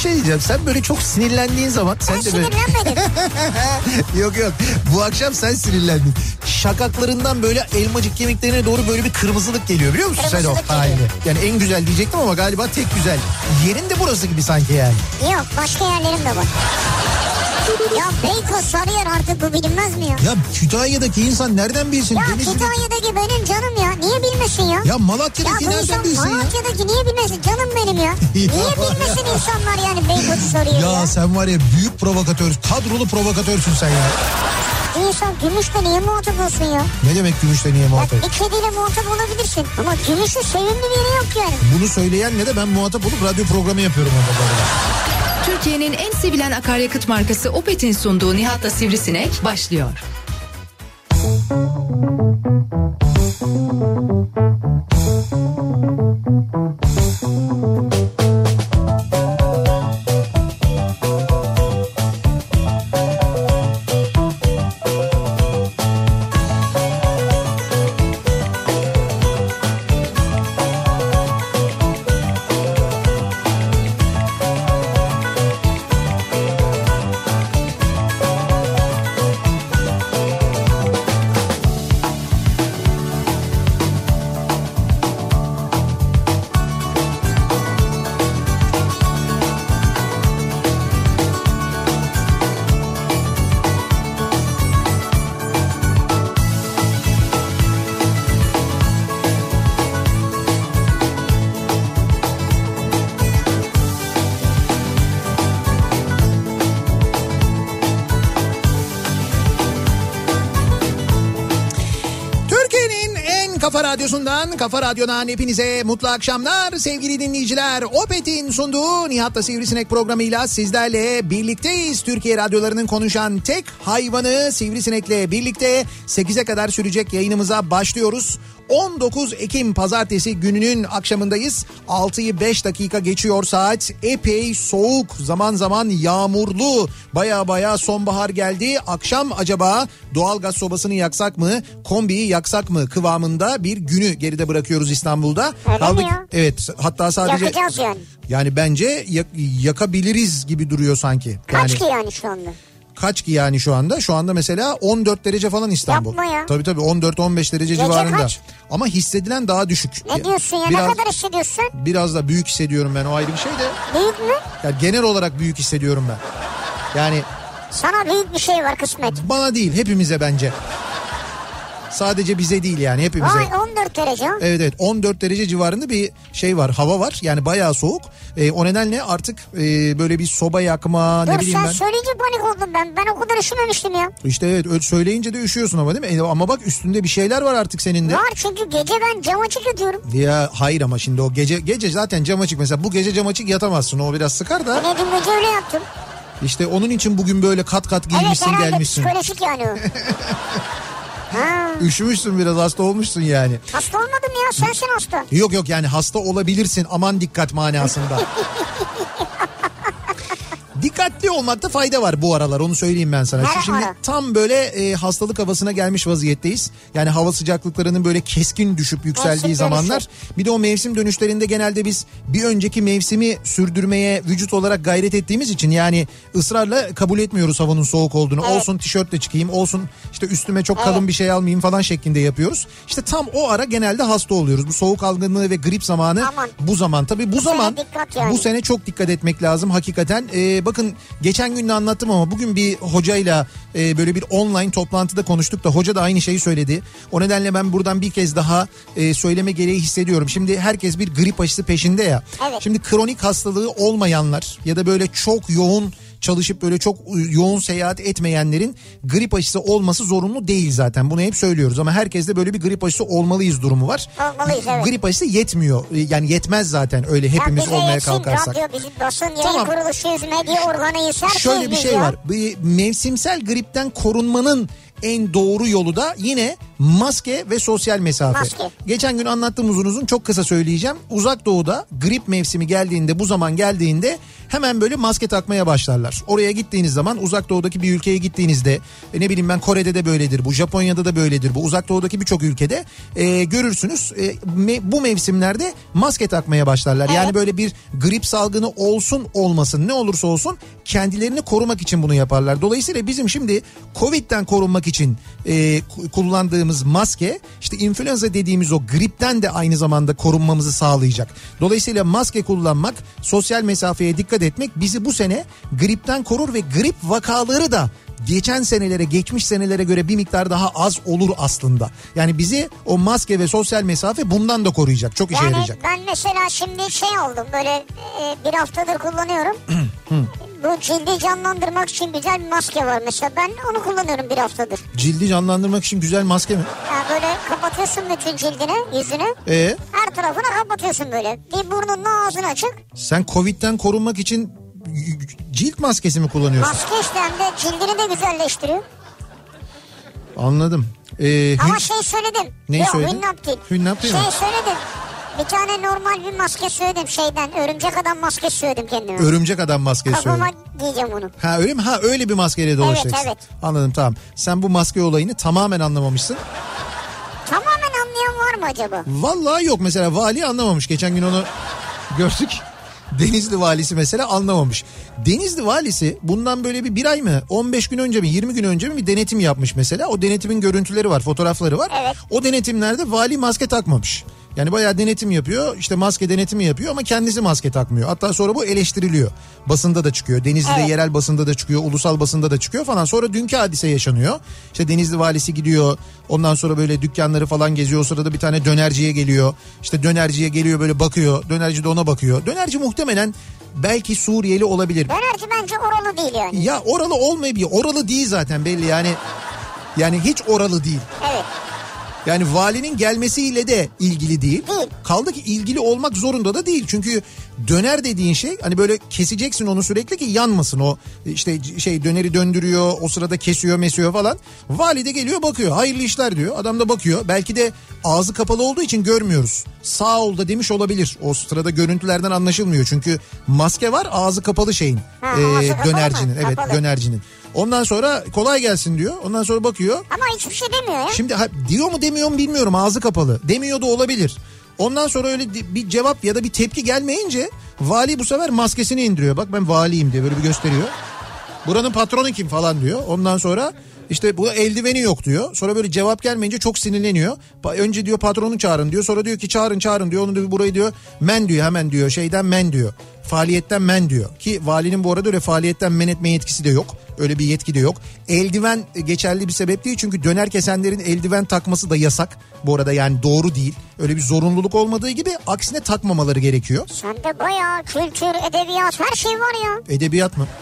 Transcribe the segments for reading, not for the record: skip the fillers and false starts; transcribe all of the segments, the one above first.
şey diyeceğim. Sen böyle çok sinirlendiğin zaman... Ben sen de böyle... sinirlenmedim. Yok. Bu akşam sen sinirlendin. Şakaklarından böyle elmacık kemiklerine doğru böyle bir kırmızılık geliyor biliyor musun sen o halini? Yani en güzel diyecektim ama galiba tek güzel. Yerin de burası gibi sanki yani. Yok, başka yerlerim de var. Ya Beykoz, Sarıyer, artık bu bilinmez mi ya? Ya Kütahya'daki insan nereden bilsin? Ya Kütahya'daki benim canım ya. Niye bilmesin ya? Ya Malatya'daki nereden bilsin ya? Malatya'daki niye bilmesin? Canım benim ya. Niye bilmesin insanlar yani Beykoz'u Sarıyer'i ya? Ya sen var ya büyük provokatör, kadrolu provokatörsün sen ya. İnsan gümüşle niye muhatap olsun ya? Ne demek gümüşle niye muhatap? Ya bir kediyle muhatap olabilirsin. Ama gümüşün sevimli bir yeri yok yani. Bunu söyleyenle de ben muhatap olup radyo programı yapıyorum orada. Türkiye'nin en sevilen akaryakıt markası Opet'in sunduğu Nihat'la Sivrisinek başlıyor. Radyosu'ndan, Kafa Radyo'dan hepinize mutlu akşamlar sevgili dinleyiciler. Opet'in sunduğu Nihat'la Sivrisinek programıyla sizlerle birlikteyiz. Türkiye radyolarının konuşan tek hayvanı Sivrisinek'le birlikte 8'e kadar sürecek yayınımıza başlıyoruz. 19 Ekim pazartesi gününün akşamındayız. 6'yı 5 dakika geçiyor saat. Epey soğuk, zaman zaman yağmurlu. Baya sonbahar geldi. Akşam acaba doğalgaz sobasını yaksak mı, kombiyi yaksak mı kıvamında bir günü geride bırakıyoruz İstanbul'da. Öyle mi ya? Evet, hatta sadece... Yakacağız yani. Yani bence yakabiliriz gibi duruyor sanki. Kaç ki yani şu anda? Kaç ki yani şu anda? Şu anda mesela 14 derece falan İstanbul. Yapma ya. Tabii 14-15 derece gece civarında. Kaç? Ama hissedilen daha düşük. Ne diyorsun ya? Ne kadar hissediyorsun? Biraz da büyük hissediyorum ben, o ayrı bir şey de. Büyük mü? Ya genel olarak büyük hissediyorum ben. Yani... Sana büyük bir şey var kısmet. Bana değil, hepimize bence. Sadece bize değil yani, hepimize. Vay, 14 derece. Evet 14 derece civarında bir şey var, hava var yani, bayağı soğuk. O nedenle artık böyle bir soba yakma, ne bileyim ben. Dur, sen söyleyince panik oldum ben o kadar üşümemiştim ya. İşte evet, söyleyince de üşüyorsun ama değil mi? Ama bak üstünde bir şeyler var artık senin de. Var, çünkü gece ben cam açık yatıyorum. Ya hayır, ama şimdi o gece zaten cam açık, mesela bu gece cam açık yatamazsın, o biraz sıkar da. Ne, dün gece öyle yaptım. İşte onun için bugün böyle kat giymişsin, evet, gelmişsin. Evet, psikolojik yani o. Üşümüşsün biraz, hasta olmuşsun yani. Hasta olmadım ya, sensin hasta. Yok yani hasta olabilirsin, aman dikkat manasında. Dikkatli olmakta fayda var bu aralar, onu söyleyeyim ben sana. Şimdi tam böyle hastalık havasına gelmiş vaziyetteyiz. Yani hava sıcaklıklarının böyle keskin düşüp yükseldiği zamanlar. Bir de o mevsim dönüşlerinde genelde biz bir önceki mevsimi sürdürmeye vücut olarak gayret ettiğimiz için, yani ısrarla kabul etmiyoruz havanın soğuk olduğunu. Evet. Olsun tişörtle çıkayım, olsun işte üstüme çok kalın bir şey almayayım falan şeklinde yapıyoruz. İşte tam o ara genelde hasta oluyoruz. Bu soğuk algınlığı ve grip zamanı. Bu zaman tabii bu zaman yani. Bu sene çok dikkat etmek lazım hakikaten. Bakın geçen gün de anlattım ama bugün bir hocayla böyle bir online toplantıda konuştuk da hoca da aynı şeyi söyledi. O nedenle ben buradan bir kez daha söyleme gereği hissediyorum. Şimdi herkes bir grip aşısı peşinde ya. Evet. Şimdi kronik hastalığı olmayanlar ya da böyle çok yoğun çalışıp böyle çok yoğun seyahat etmeyenlerin grip aşısı olması zorunlu değil zaten. Bunu hep söylüyoruz ama herkeste böyle bir grip aşısı olmalıyız durumu var. Olmalıyız, evet. Grip aşısı yetmiyor. Yani yetmez zaten öyle hepimiz olmaya kalkarsak. Radyo, bizim basın, yayın kuruluşuyuz, medya organıyız. Şöyle bir şey var. Bir mevsimsel gripten korunmanın en doğru yolu da yine maske ve sosyal mesafe. Maske. Geçen gün anlattığım uzun çok kısa söyleyeceğim. Uzak Doğu'da grip mevsimi geldiğinde, bu zaman geldiğinde hemen böyle maske takmaya başlarlar. Oraya gittiğiniz zaman, uzak doğudaki bir ülkeye gittiğinizde ne bileyim ben, Kore'de de böyledir bu, Japonya'da da böyledir bu, uzak doğudaki birçok ülkede görürsünüz bu mevsimlerde maske takmaya başlarlar. Evet. Yani böyle bir grip salgını olsun olmasın, ne olursa olsun kendilerini korumak için bunu yaparlar. Dolayısıyla bizim şimdi Covid'den korunmak için kullandığımız maske işte influenza dediğimiz o gripten de aynı zamanda korunmamızı sağlayacak. Dolayısıyla maske kullanmak, sosyal mesafeye dikkat etmek bizi bu sene gripten korur ve grip vakaları da geçmiş senelere göre bir miktar daha az olur aslında. Yani bizi o maske ve sosyal mesafe bundan da koruyacak. Çok işe yarayacak. Ben mesela şimdi oldum böyle bir haftadır kullanıyorum. Bu cildi canlandırmak için güzel bir maske var mesela, ben onu kullanıyorum bir haftadır. Cildi canlandırmak için güzel maske mi? Yani böyle kapatıyorsun bütün cildini, yüzünü. Her tarafını kapatıyorsun böyle. Bir burnunla ağzın açık. Sen Covid'den korunmak için cilt maskesi mi kullanıyorsun? Maske işte, hem de cildini de güzelleştiriyor. Anladım. Ama söyledim. Neyi söyledin? Hünnap değil. Hünnap değil mi? Söyledim. Bir tane normal bir maske söyledim örümcek adam maskesi söyledim kendime. Örümcek adam maskesi söyledim. Kafama giyeceğim onu. Ha öyle mi? Ha öyle bir maskeyle dolaşacaksın. Evet. Anladım, tamam. Sen bu maske olayını tamamen anlamamışsın. Tamamen anlayan var mı acaba? Vallahi yok, mesela vali anlamamış. Geçen gün onu gördük. Denizli valisi mesela anlamamış. Denizli valisi bundan böyle bir ay mı, 15 gün önce mi, 20 gün önce mi bir denetim yapmış mesela. O denetimin görüntüleri var, fotoğrafları var. Evet. O denetimlerde vali maske takmamış. Yani bayağı denetim yapıyor, işte maske denetimi yapıyor ama kendisi maske takmıyor. Hatta sonra bu eleştiriliyor. Basında da çıkıyor. Denizli'de yerel basında da çıkıyor, ulusal basında da çıkıyor falan. Sonra dünkü hadise yaşanıyor. İşte Denizli valisi gidiyor. Ondan sonra böyle dükkanları falan geziyor. O sırada bir tane dönerciye geliyor. İşte dönerciye geliyor, böyle bakıyor. Dönerci de ona bakıyor. Dönerci muhtemelen belki Suriyeli olabilir. Dönerci bence oralı değil yani. Ya oralı olmayabilir. Oralı değil zaten belli yani. Yani hiç oralı değil. Evet. Yani valinin gelmesiyle de ilgili değil. Değil. Kaldı ki ilgili olmak zorunda da değil. Çünkü döner dediğin şey, hani böyle keseceksin onu sürekli ki yanmasın. O işte döneri döndürüyor, o sırada kesiyor mesiyor falan. Vali de geliyor bakıyor, hayırlı işler diyor. Adam da bakıyor. Belki de ağzı kapalı olduğu için görmüyoruz. Sağ ol da demiş olabilir. O sırada görüntülerden anlaşılmıyor. Çünkü maske var, ağzı kapalı şeyin. Dönercinin. Evet, kapalı. Dönercinin. Ondan sonra kolay gelsin diyor. Ondan sonra bakıyor. Ama hiçbir şey demiyor ya. Şimdi diyor mu demiyor mu bilmiyorum, ağzı kapalı. Demiyor da olabilir. Ondan sonra öyle bir cevap ya da bir tepki gelmeyince vali bu sefer maskesini indiriyor. Bak ben valiyim diye böyle bir gösteriyor. Buranın patronu kim falan diyor. Ondan sonra işte bu eldiveni yok diyor. Sonra böyle cevap gelmeyince çok sinirleniyor. Önce diyor patronu çağırın diyor. Sonra diyor ki çağırın diyor. Onu diyor, burayı diyor men diyor, hemen diyor men diyor. Faaliyetten men diyor. Ki valinin bu arada öyle faaliyetten men etme yetkisi de yok. Öyle bir yetki de yok. Eldiven geçerli bir sebep değil. Çünkü döner kesenlerin eldiven takması da yasak. Bu arada yani doğru değil. Öyle bir zorunluluk olmadığı gibi aksine takmamaları gerekiyor. Sende bayağı kültür, edebiyat, her şey var ya. Edebiyat mı?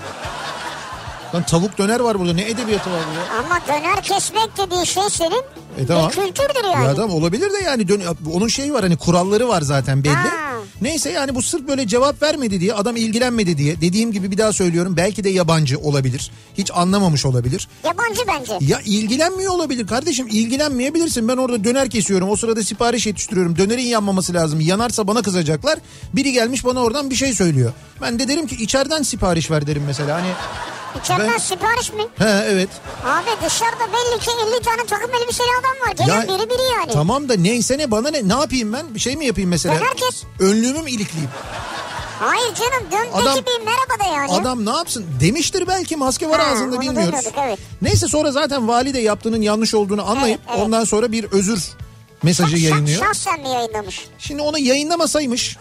Lan tavuk döner var burada, ne edebiyatı var burada? Ama döner kesmek dediği şey senin tamam. bir kültürdür yani. Ya tamam, olabilir de yani onun şeyi var, hani kuralları var zaten belli. Neyse yani bu sırf böyle cevap vermedi diye, adam ilgilenmedi diye, dediğim gibi bir daha söylüyorum, belki de yabancı olabilir. Hiç anlamamış olabilir. Yabancı bence. Ya ilgilenmiyor olabilir kardeşim, ilgilenmeyebilirsin. Ben orada döner kesiyorum, o sırada sipariş yetiştiriyorum. Dönerin yanmaması lazım. Yanarsa bana kızacaklar. Biri gelmiş bana oradan bir şey söylüyor. Ben de derim ki içeriden sipariş ver derim mesela. Hani İçeriden sipariş mi? He evet. Abi dışarıda belli ki 50 tane takım elbiseli adam var. Gelen biri yani. Tamam da neyse ne, bana ne yapayım ben? Bir şey mi yapayım mesela? Ben herkes. Önlüğümü mü ilikleyeyim? Hayır canım, döndeki bir merhaba da yani. Adam ne yapsın? Demiştir belki, maske var ağzında, bilmiyoruz. Evet. Neyse sonra zaten vali de yaptığının yanlış olduğunu anlayıp ondan sonra bir özür mesajı yayınlıyor. Şahsen mi yayınlamış? Şimdi onu yayınlamasaymış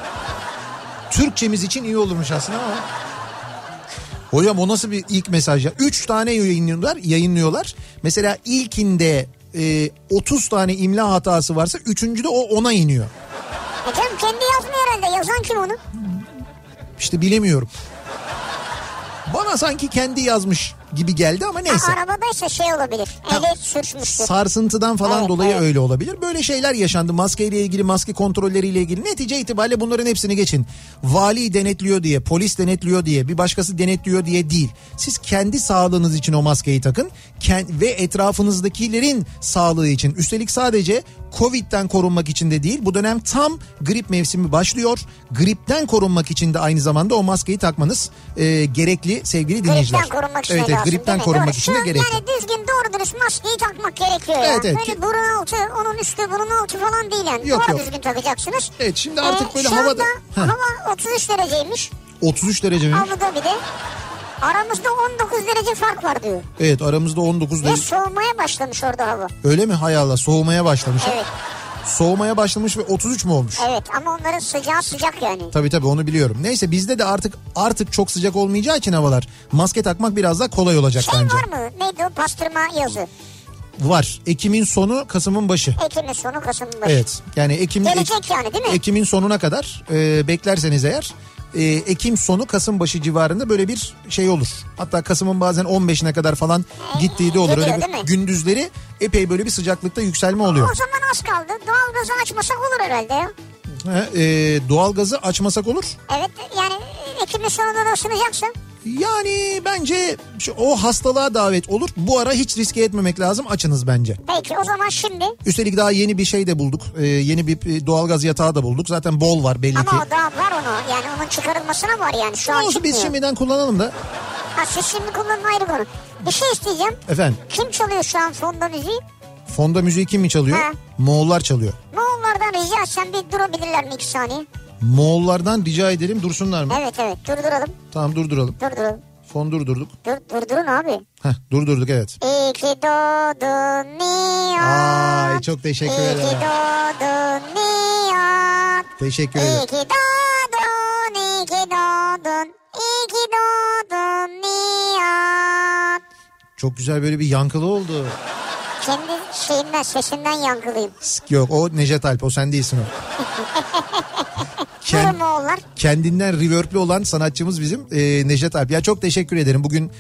Türkçemiz için iyi olurmuş aslında ama. Hocam o nasıl bir ilk mesaj ya? 3 tane yayınlıyorlar. Mesela ilkinde 30 tane imla hatası varsa 3.'de o 10'a iniyor. Canım kendi yazmıyor herhalde. Yazan kim onu? İşte bilemiyorum. Bana sanki kendi yazmış gibi geldi ama neyse. Arabadaysa şey olabilir. Ehliyet sürçmüştür. Sarsıntıdan falan dolayı evet. öyle olabilir. Böyle şeyler yaşandı. Maskeyle ilgili, maske kontrolleriyle ilgili. Netice itibariyle bunların hepsini geçin. Vali denetliyor diye, polis denetliyor diye, bir başkası denetliyor diye değil. Siz kendi sağlığınız için o maskeyi takın ve etrafınızdakilerin sağlığı için. Üstelik sadece Covid'den korunmak için de değil. Bu dönem tam grip mevsimi başlıyor. Gripten korunmak için de aynı zamanda o maskeyi takmanız gerekli sevgili dinleyiciler. Gripten korunmak için evet, lazım, gripten korunmak doğru. için de gerekli. Yani düzgün doğru dürüst maskeyi takmak gerekiyor ya. Evet, evet. Böyle burun altı, onun üstü, burun altı falan değil yani. Yok, doğru yok. düzgün takacaksınız. Evet, şimdi artık böyle şu havada... anda hava 33 dereceymiş. 33 derece mi? Abu'da bir de. Aramızda 19 derece fark var diyor. Evet, aramızda 19 Ve derece. soğumaya başlamış orada hava. Öyle mi? Hay Allah, soğumaya başlamış. Evet. Soğumaya başlamış ve 33 mu olmuş? Evet, ama onların sıcağı sıcak yani. Tabii onu biliyorum. Neyse, bizde de artık çok sıcak olmayacağı için havalar, maske takmak biraz daha kolay olacak bence. Var mı? Neydi o pastırma yazı? Var. Ekim'in sonu, Kasım'ın başı. Ekim'in sonu, Kasım'ın başı. Evet. Yani gelecek yani değil mi? Ekim'in sonuna kadar beklerseniz eğer Ekim sonu Kasım başı civarında böyle bir şey olur. Hatta Kasım'ın bazen 15'ine kadar falan gittiği de olur. Gidiyor, öyle bir gündüzleri epey böyle bir sıcaklıkta yükselme oluyor. O zaman az kaldı. Doğalgazı açmasak olur herhalde ya. Doğalgazı açmasak olur. Evet, yani Ekim'in sonunda da ısınacaksın. Yani bence o hastalığa davet olur. Bu ara hiç riske etmemek lazım. Açınız bence. Peki o zaman şimdi. Üstelik daha yeni bir şey de bulduk. Yeni bir doğalgaz yatağı da bulduk. Zaten bol var belli ki. Ama o daha var onu. Yani onun çıkarılmasına var yani. Şu an olsun, çıkmıyor. biz şimdiden kullanalım da. Ha, siz şimdi kullanın, ayrı konu. Bir şey isteyeceğim. Efendim? Kim çalıyor şu an fonda müziği? Fonda müziği kim mi çalıyor? Ha. Moğollar çalıyor. Moğollardan rica etsem bir durabilirler mi 2 saniye? Moğollardan rica edelim, dursunlar mı? Evet durduralım. Tamam, durduralım. Durduralım. Fon durdurduk. Durdurun abi. Durdurduk, evet. İyi ki doğdun Nihat. Ay, çok teşekkür ederim. İyi ki doğdun Nihat. Teşekkür ederim. İyi ki doğdun, iyi ki doğdun, iyi ki doğdun Nihat. Çok güzel böyle bir yankılı oldu. Kendi şeyimden, sesimden yankılıyım. Yok, o Necdet Alp, o sen değilsin o. Kendinden reverb'lü olan sanatçımız bizim Necdet Alp. Ya çok teşekkür ederim. Bugün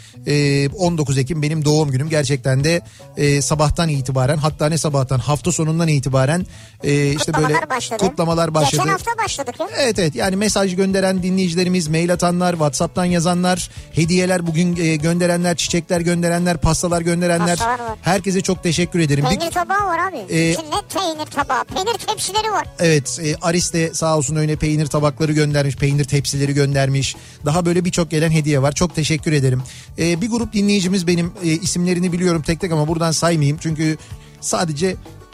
19 Ekim benim doğum günüm. Gerçekten de sabahtan itibaren, hatta ne sabahtan, hafta sonundan itibaren işte böyle kutlamalar başladı. Geçen hafta başladık ya. Evet, yani mesaj gönderen dinleyicilerimiz, mail atanlar, WhatsApp'tan yazanlar, hediyeler bugün gönderenler, çiçekler gönderenler, pastalar gönderenler. Herkese çok teşekkür ederim. Peynir tabağı var abi. İçinde peynir tabağı, peynir tepsileri var. Evet, Aris de sağ olsun öyle peynir tabakları göndermiş, peynir tepsileri göndermiş. Daha böyle birçok gelen hediye var. Çok teşekkür ederim. Bir grup dinleyicimiz, benim isimlerini biliyorum tek tek ama buradan saymayayım. Çünkü sadece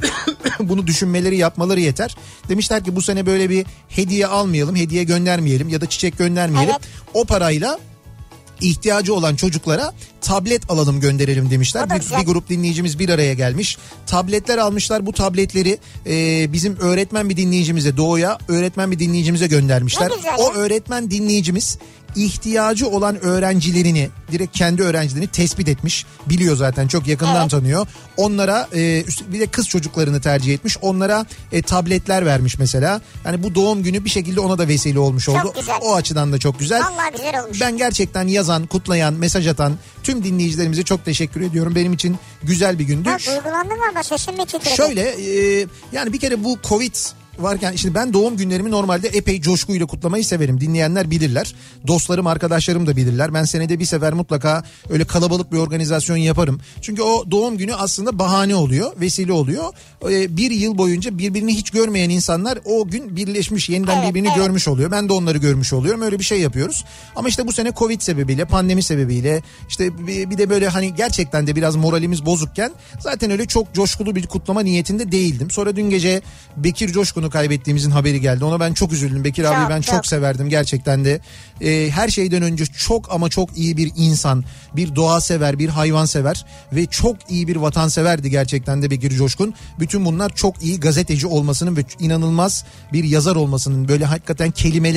bunu düşünmeleri, yapmaları yeter. Demişler ki bu sene böyle bir hediye almayalım, hediye göndermeyelim ya da çiçek göndermeyelim. Evet. O parayla ihtiyacı olan çocuklara tablet alalım, gönderelim demişler. Bir grup dinleyicimiz bir araya gelmiş. Tabletler almışlar. Bu tabletleri bizim öğretmen bir dinleyicimize, Doğu'ya öğretmen bir dinleyicimize göndermişler. O öğretmen dinleyicimiz ihtiyacı olan öğrencilerini, direkt kendi öğrencilerini tespit etmiş. Biliyor zaten, çok yakından tanıyor. Onlara bir de kız çocuklarını tercih etmiş. Onlara tabletler vermiş mesela. Yani bu doğum günü bir şekilde ona da vesile olmuş oldu. O açıdan da çok güzel. Vallahi güzel olmuş. Ben gerçekten yazan, kutlayan, mesaj atan tüm dinleyicilerimize çok teşekkür ediyorum. Benim için güzel bir gündü. Duygulandım ama sesim mi titredi? Şöyle yani bir kere bu Covid varken, şimdi ben doğum günlerimi normalde epey coşkuyla kutlamayı severim. Dinleyenler bilirler. Dostlarım, arkadaşlarım da bilirler. Ben senede bir sefer mutlaka öyle kalabalık bir organizasyon yaparım. Çünkü o doğum günü aslında bahane oluyor, vesile oluyor. Bir yıl boyunca birbirini hiç görmeyen insanlar o gün birleşmiş, yeniden birbirini görmüş oluyor. Ben de onları görmüş oluyorum. Öyle bir şey yapıyoruz. Ama işte bu sene Covid sebebiyle, pandemi sebebiyle, işte bir de böyle hani gerçekten de biraz moralimiz bozukken zaten öyle çok coşkulu bir kutlama niyetinde değildim. Sonra dün gece Bekir Coşkun'u kaybettiğimizin haberi geldi. Ona ben çok üzüldüm. Bekir abi ben çok severdim gerçekten de. Her şeyden önce çok ama çok iyi bir insan, bir doğa sever, bir hayvan sever ve çok iyi bir vatanseverdi gerçekten de Bekir Coşkun. Bütün bunlar çok iyi gazeteci olmasının ve inanılmaz bir yazar olmasının, böyle hakikaten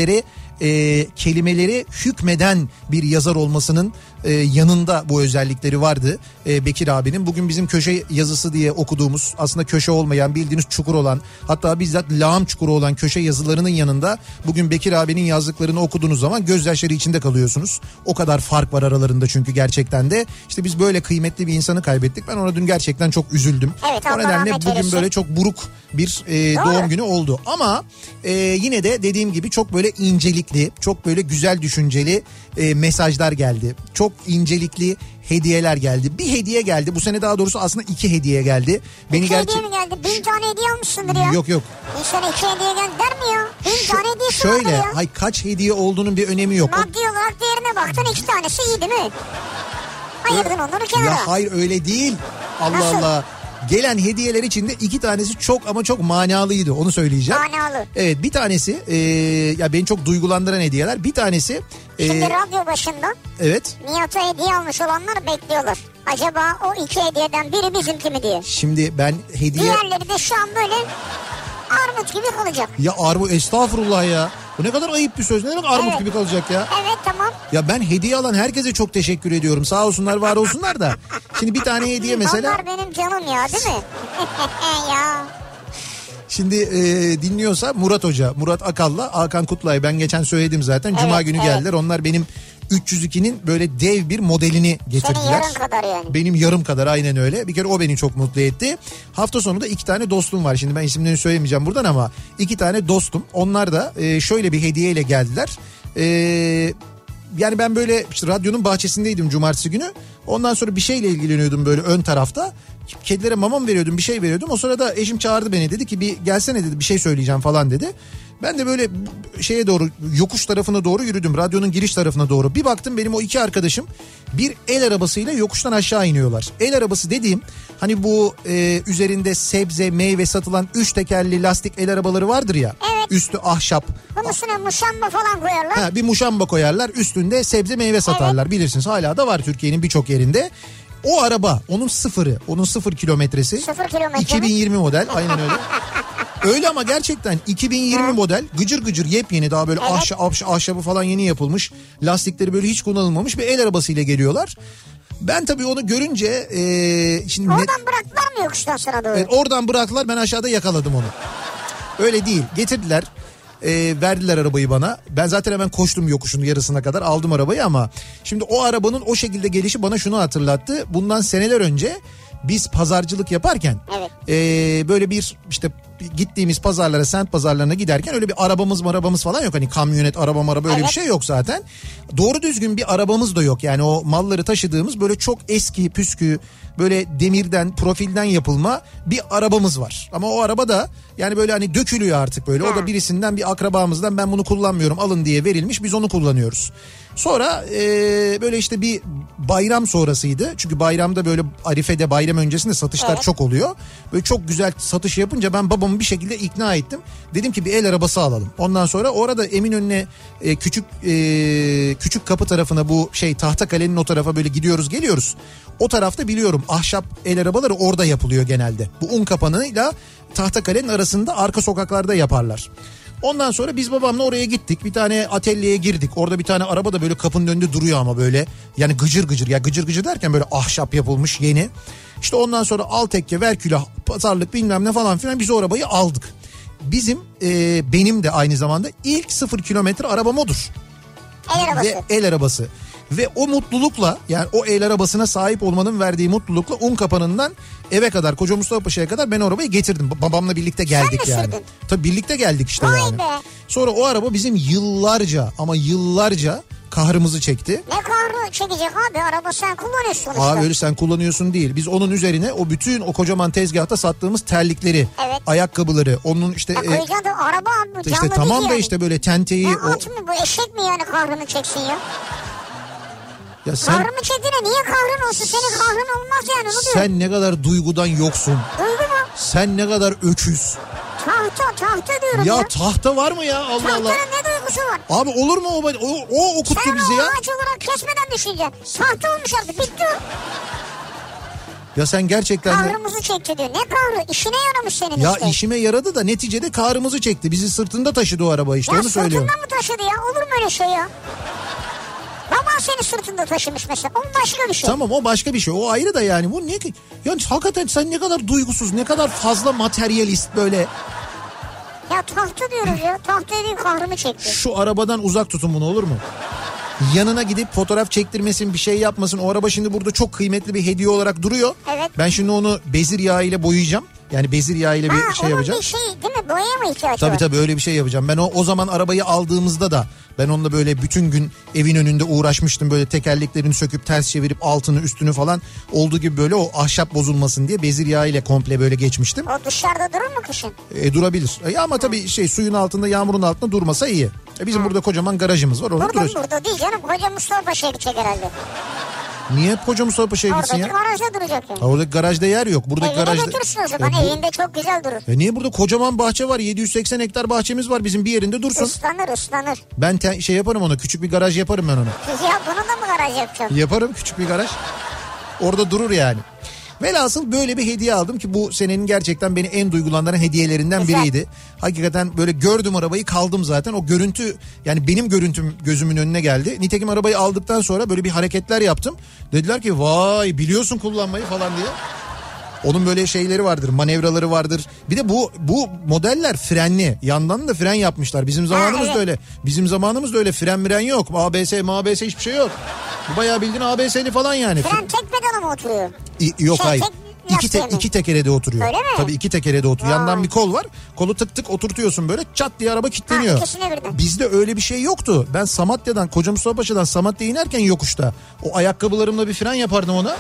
kelimeleri hükmeden bir yazar olmasının yanında bu özellikleri vardı Bekir abinin. Bugün bizim köşe yazısı diye okuduğumuz, aslında köşe olmayan, bildiğiniz çukur olan, hatta bizzat lağım çukuru olan köşe yazılarının yanında bugün Bekir abinin yazdıklarını okuduğunuz zaman gözyaşları içinde kalıyorsunuz. O kadar fark var aralarında çünkü gerçekten de. İşte biz böyle kıymetli bir insanı kaybettik. Ben ona dün gerçekten çok üzüldüm. Evet, o nedenle bugün böyle çok buruk bir doğum günü oldu. Ama yine de dediğim gibi çok böyle incelikli, çok böyle güzel düşünceli mesajlar geldi. Çok incelikli hediyeler geldi. Bir hediye geldi. Bu sene daha doğrusu aslında 2 hediye geldi. İki hediye mi geldi? 1000 tane hediye almışsındır ya. Yok. Bir sene 2 hediye geldi der mi ya? 1000 tane hediyesi vardır Şöyle, ya. hay kaç hediye olduğunun bir önemi yok. Maddi olarak değerine baktın 2 tanesi iyi değil mi? Ayırdın onları kenara. Ya hayır öyle değil. Allah Nasıl? Allah. Gelen hediyeler içinde 2 tanesi çok ama çok manalıydı, onu söyleyeceğim. Manalı. Evet, bir tanesi ya beni çok duygulandıran hediyeler. Bir tanesi Şimdi radyo başında evet. Nihat'a hediye almış olanlar bekliyorlar. Acaba o 2 hediyeden biri bizimki mi diye. Şimdi ben hediye... Diğerleri de şu an böyle armut gibi kalacak. Ya armut, estağfurullah ya. Bu ne kadar ayıp bir söz. Ne demek armut gibi kalacak ya? Evet, tamam. Ya ben hediye alan herkese çok teşekkür ediyorum. Sağ olsunlar, var olsunlar da. Şimdi bir tane hediye mesela... Onlar benim canım ya, değil mi? Ya. Şimdi dinliyorsa Murat Hoca, Murat Akal'la Hakan Kutlay, ben geçen söyledim zaten. Cuma günü geldiler. Onlar benim 302'nin böyle dev bir modelini getirdiler. Senin yarım kadar yani. Benim yarım kadar, aynen öyle. Bir kere o beni çok mutlu etti. Hafta sonu da 2 tane dostum var. Şimdi ben isimlerini söylemeyeceğim buradan ama 2 tane dostum. Onlar da şöyle bir hediyeyle geldiler. Yani ben böyle işte radyonun bahçesindeydim cumartesi günü. Ondan sonra bir şeyle ilgileniyordum böyle ön tarafta. Kedilere mama veriyordum, bir şey veriyordum. O sırada eşim çağırdı beni, dedi ki bir gelsene dedi, bir şey söyleyeceğim falan dedi. Ben de böyle şeye doğru, yokuş tarafına doğru yürüdüm, radyonun giriş tarafına doğru. Bir baktım benim o 2 arkadaşım bir el arabasıyla yokuştan aşağı iniyorlar. El arabası dediğim hani bu üzerinde sebze meyve satılan 3 tekerli lastik el arabaları vardır ya. Evet. Üstü ahşap. Bunun üstüne muşamba falan koyarlar. Ha, bir muşamba koyarlar, üstünde sebze meyve satarlar, evet. Bilirsiniz, hala da var Türkiye'nin birçok yerinde. O araba, onun sıfırı, onun 0 kilometresi. 0 kilometre 2020 model, aynen öyle. Öyle ama gerçekten 2020 model, gıcır gıcır yepyeni, daha böyle ahşabı falan yeni yapılmış. Lastikleri böyle hiç kullanılmamış bir el arabasıyla geliyorlar. Ben tabii onu görünce... şimdi oradan bıraktılar mı yokuştan sonra doğru? Evet, oradan bıraktılar, ben aşağıda yakaladım onu. Öyle değil, getirdiler. Verdiler arabayı bana. Ben zaten hemen koştum yokuşun yarısına kadar, aldım arabayı ama şimdi o arabanın o şekilde gelişi bana şunu hatırlattı. Bundan seneler önce biz pazarcılık yaparken böyle bir işte gittiğimiz pazarlara, semt pazarlarına giderken öyle bir arabamız falan yok. Hani kamyonet, araba böyle bir şey yok zaten. Doğru düzgün bir arabamız da yok. Yani o malları taşıdığımız böyle çok eski püskü, böyle demirden, profilden yapılma bir arabamız var. Ama o araba da yani böyle hani dökülüyor artık böyle. O da birisinden, bir akrabamızdan, ben bunu kullanmıyorum alın diye verilmiş, biz onu kullanıyoruz. Sonra böyle işte bir bayram sonrasıydı. Çünkü bayramda böyle Arife'de, bayram öncesinde satışlar çok oluyor. Böyle çok güzel satış yapınca ben babamı bir şekilde ikna ettim. Dedim ki bir el arabası alalım. Ondan sonra orada Eminönü'ne küçük kapı tarafına, bu Tahtakale'nin o tarafa böyle gidiyoruz geliyoruz. O tarafta biliyorum ahşap el arabaları orada yapılıyor genelde. Bu Unkapanı'yla Tahtakale'nin arasında arka sokaklarda yaparlar. Ondan sonra biz babamla oraya gittik. Bir tane atölyeye girdik. Orada bir tane araba da böyle kapının önünde duruyor ama böyle. Yani gıcır gıcır. Ya gıcır gıcır derken böyle ahşap yapılmış, yeni. İşte ondan sonra al tekke, ver külah, pazarlık bilmem ne falan filan, biz o arabayı aldık. Bizim benim de aynı zamanda ilk 0 kilometre arabam odur. El arabası. Ve el arabası. Ve o mutlulukla, yani o el arabasına sahip olmanın verdiği mutlulukla Unkapanı'ndan eve kadar, Koca Mustafa Paşa'ya kadar ben o arabayı getirdim. Babamla birlikte geldik. Sen mi sürdün? Tabii birlikte geldik işte. Vay yani. Be. Sonra o araba bizim yıllarca kahrımızı çekti. Ne kahrı çekecek abi, araba sen kullanıyorsun sonuçta. Abi öyle sen kullanıyorsun değil. Biz onun üzerine o bütün o kocaman tezgahta sattığımız terlikleri, ayakkabıları, onun işte... koyacaksın da araba abi, canlı işte tamam da yani. işte böyle tenteyi... Ya at mı bu, eşek mi yani kahrını çeksin ya? Ya sen, kahrımı çektiğine niye kahrın olsun? Senin kahrın olmaz yani, onu diyorum. Sen ne kadar duygudan yoksun. Duygu mu? Sen ne kadar öküz. Tahta diyorum ya. Ya tahta var mı ya, Allah Allah. Tahtanın ne duygusu var? Abi olur mu o okuttu bizi ya. Sen o ağaç olarak kesmeden düşüneceksin. Tahta olmuş artık, bitti o. Ya sen gerçekten... Kahrımızı çekti diyor. Ne kahrı? İşine yaramış senin ya işte. Ya işime yaradı da neticede kahrımızı çekti. Bizi sırtında taşıdı o araba işte, ya onu söylüyorum. Ya sırtında mı taşıdı ya? Olur mu öyle şey ya? Baban seni sırtında taşımış mesela. O başka bir şey. Tamam, o başka bir şey. O ayrı da yani. Bu ne ki? Yani hakikaten sen ne kadar duygusuz, ne kadar fazla materyalist böyle. Ya Ya tahta diyoruz ya. Tahta dediğin kahrımı çekti. Şu arabadan uzak tutun bunu, olur mu? Yanına gidip fotoğraf çektirmesin, bir şey yapmasın. O araba şimdi burada çok kıymetli bir hediye olarak duruyor. Evet. Ben şimdi onu bezir yağı ile boyayacağım. Yani bezir yağı ile bir şey yapacağım. Bir şey değil mi? Boyaya mı ihtiyaç var? Tabii öyle bir şey yapacağım. Ben o zaman arabayı aldığımızda da ben onunla böyle bütün gün evin önünde uğraşmıştım. Böyle tekerleklerini söküp ters çevirip altını üstünü falan olduğu gibi böyle o ahşap bozulmasın diye bezir yağı ile komple böyle geçmiştim. O dışarıda durur mu kışın? Durabilir. Ama tabii suyun altında, yağmurun altında durmasa iyi. Bizim burada kocaman garajımız var. Burada değil canım. Koca Mustafa Paşa'ya gidecek herhalde. Niye Koca Mustafa Paşa'ya gitsin ya? Oradaki garajda duracak yani. Oradaki garajda yer yok. Buradaki evine garajda... götürsün o zaman. Evinde çok güzel durur. Niye burada kocaman bahçe var? 780 hektar bahçemiz var. Bizim bir yerinde dursun. Islanır. Ben yaparım ona. Küçük bir garaj yaparım ben ona. Ya bunu da mı garaj yapacağım? Yaparım küçük bir garaj. Orada durur yani. Velhasıl böyle bir hediye aldım ki bu senenin gerçekten beni en duygulandıran hediyelerinden biriydi. Hakikaten böyle gördüm arabayı, kaldım zaten. O görüntü, yani benim görüntüm gözümün önüne geldi. Nitekim arabayı aldıktan sonra böyle bir hareketler yaptım. Dediler ki vay biliyorsun kullanmayı falan diye. Onun böyle şeyleri vardır, manevraları vardır. Bir de bu modeller frenli. Yandan da fren yapmışlar. Bizim zamanımızda öyle. Bizim zamanımızda öyle fren yok. ABS hiçbir şey yok. Bu bayağı bildiğin ABS'li falan yani. Fren tek pedala mı oturuyor? Yok hayır. İki tekerede oturuyor. Öyle mi? Tabii iki tekerede oturuyor. Yandan bir kol var. Kolu tık tık oturtuyorsun böyle, çat diye araba kilitleniyor. Bizde öyle bir şey yoktu. Ben Samatya'dan, Koca Mustafa Paşa'dan Samatya'ya inerken yokuşta o ayakkabılarımla bir fren yapardım ona.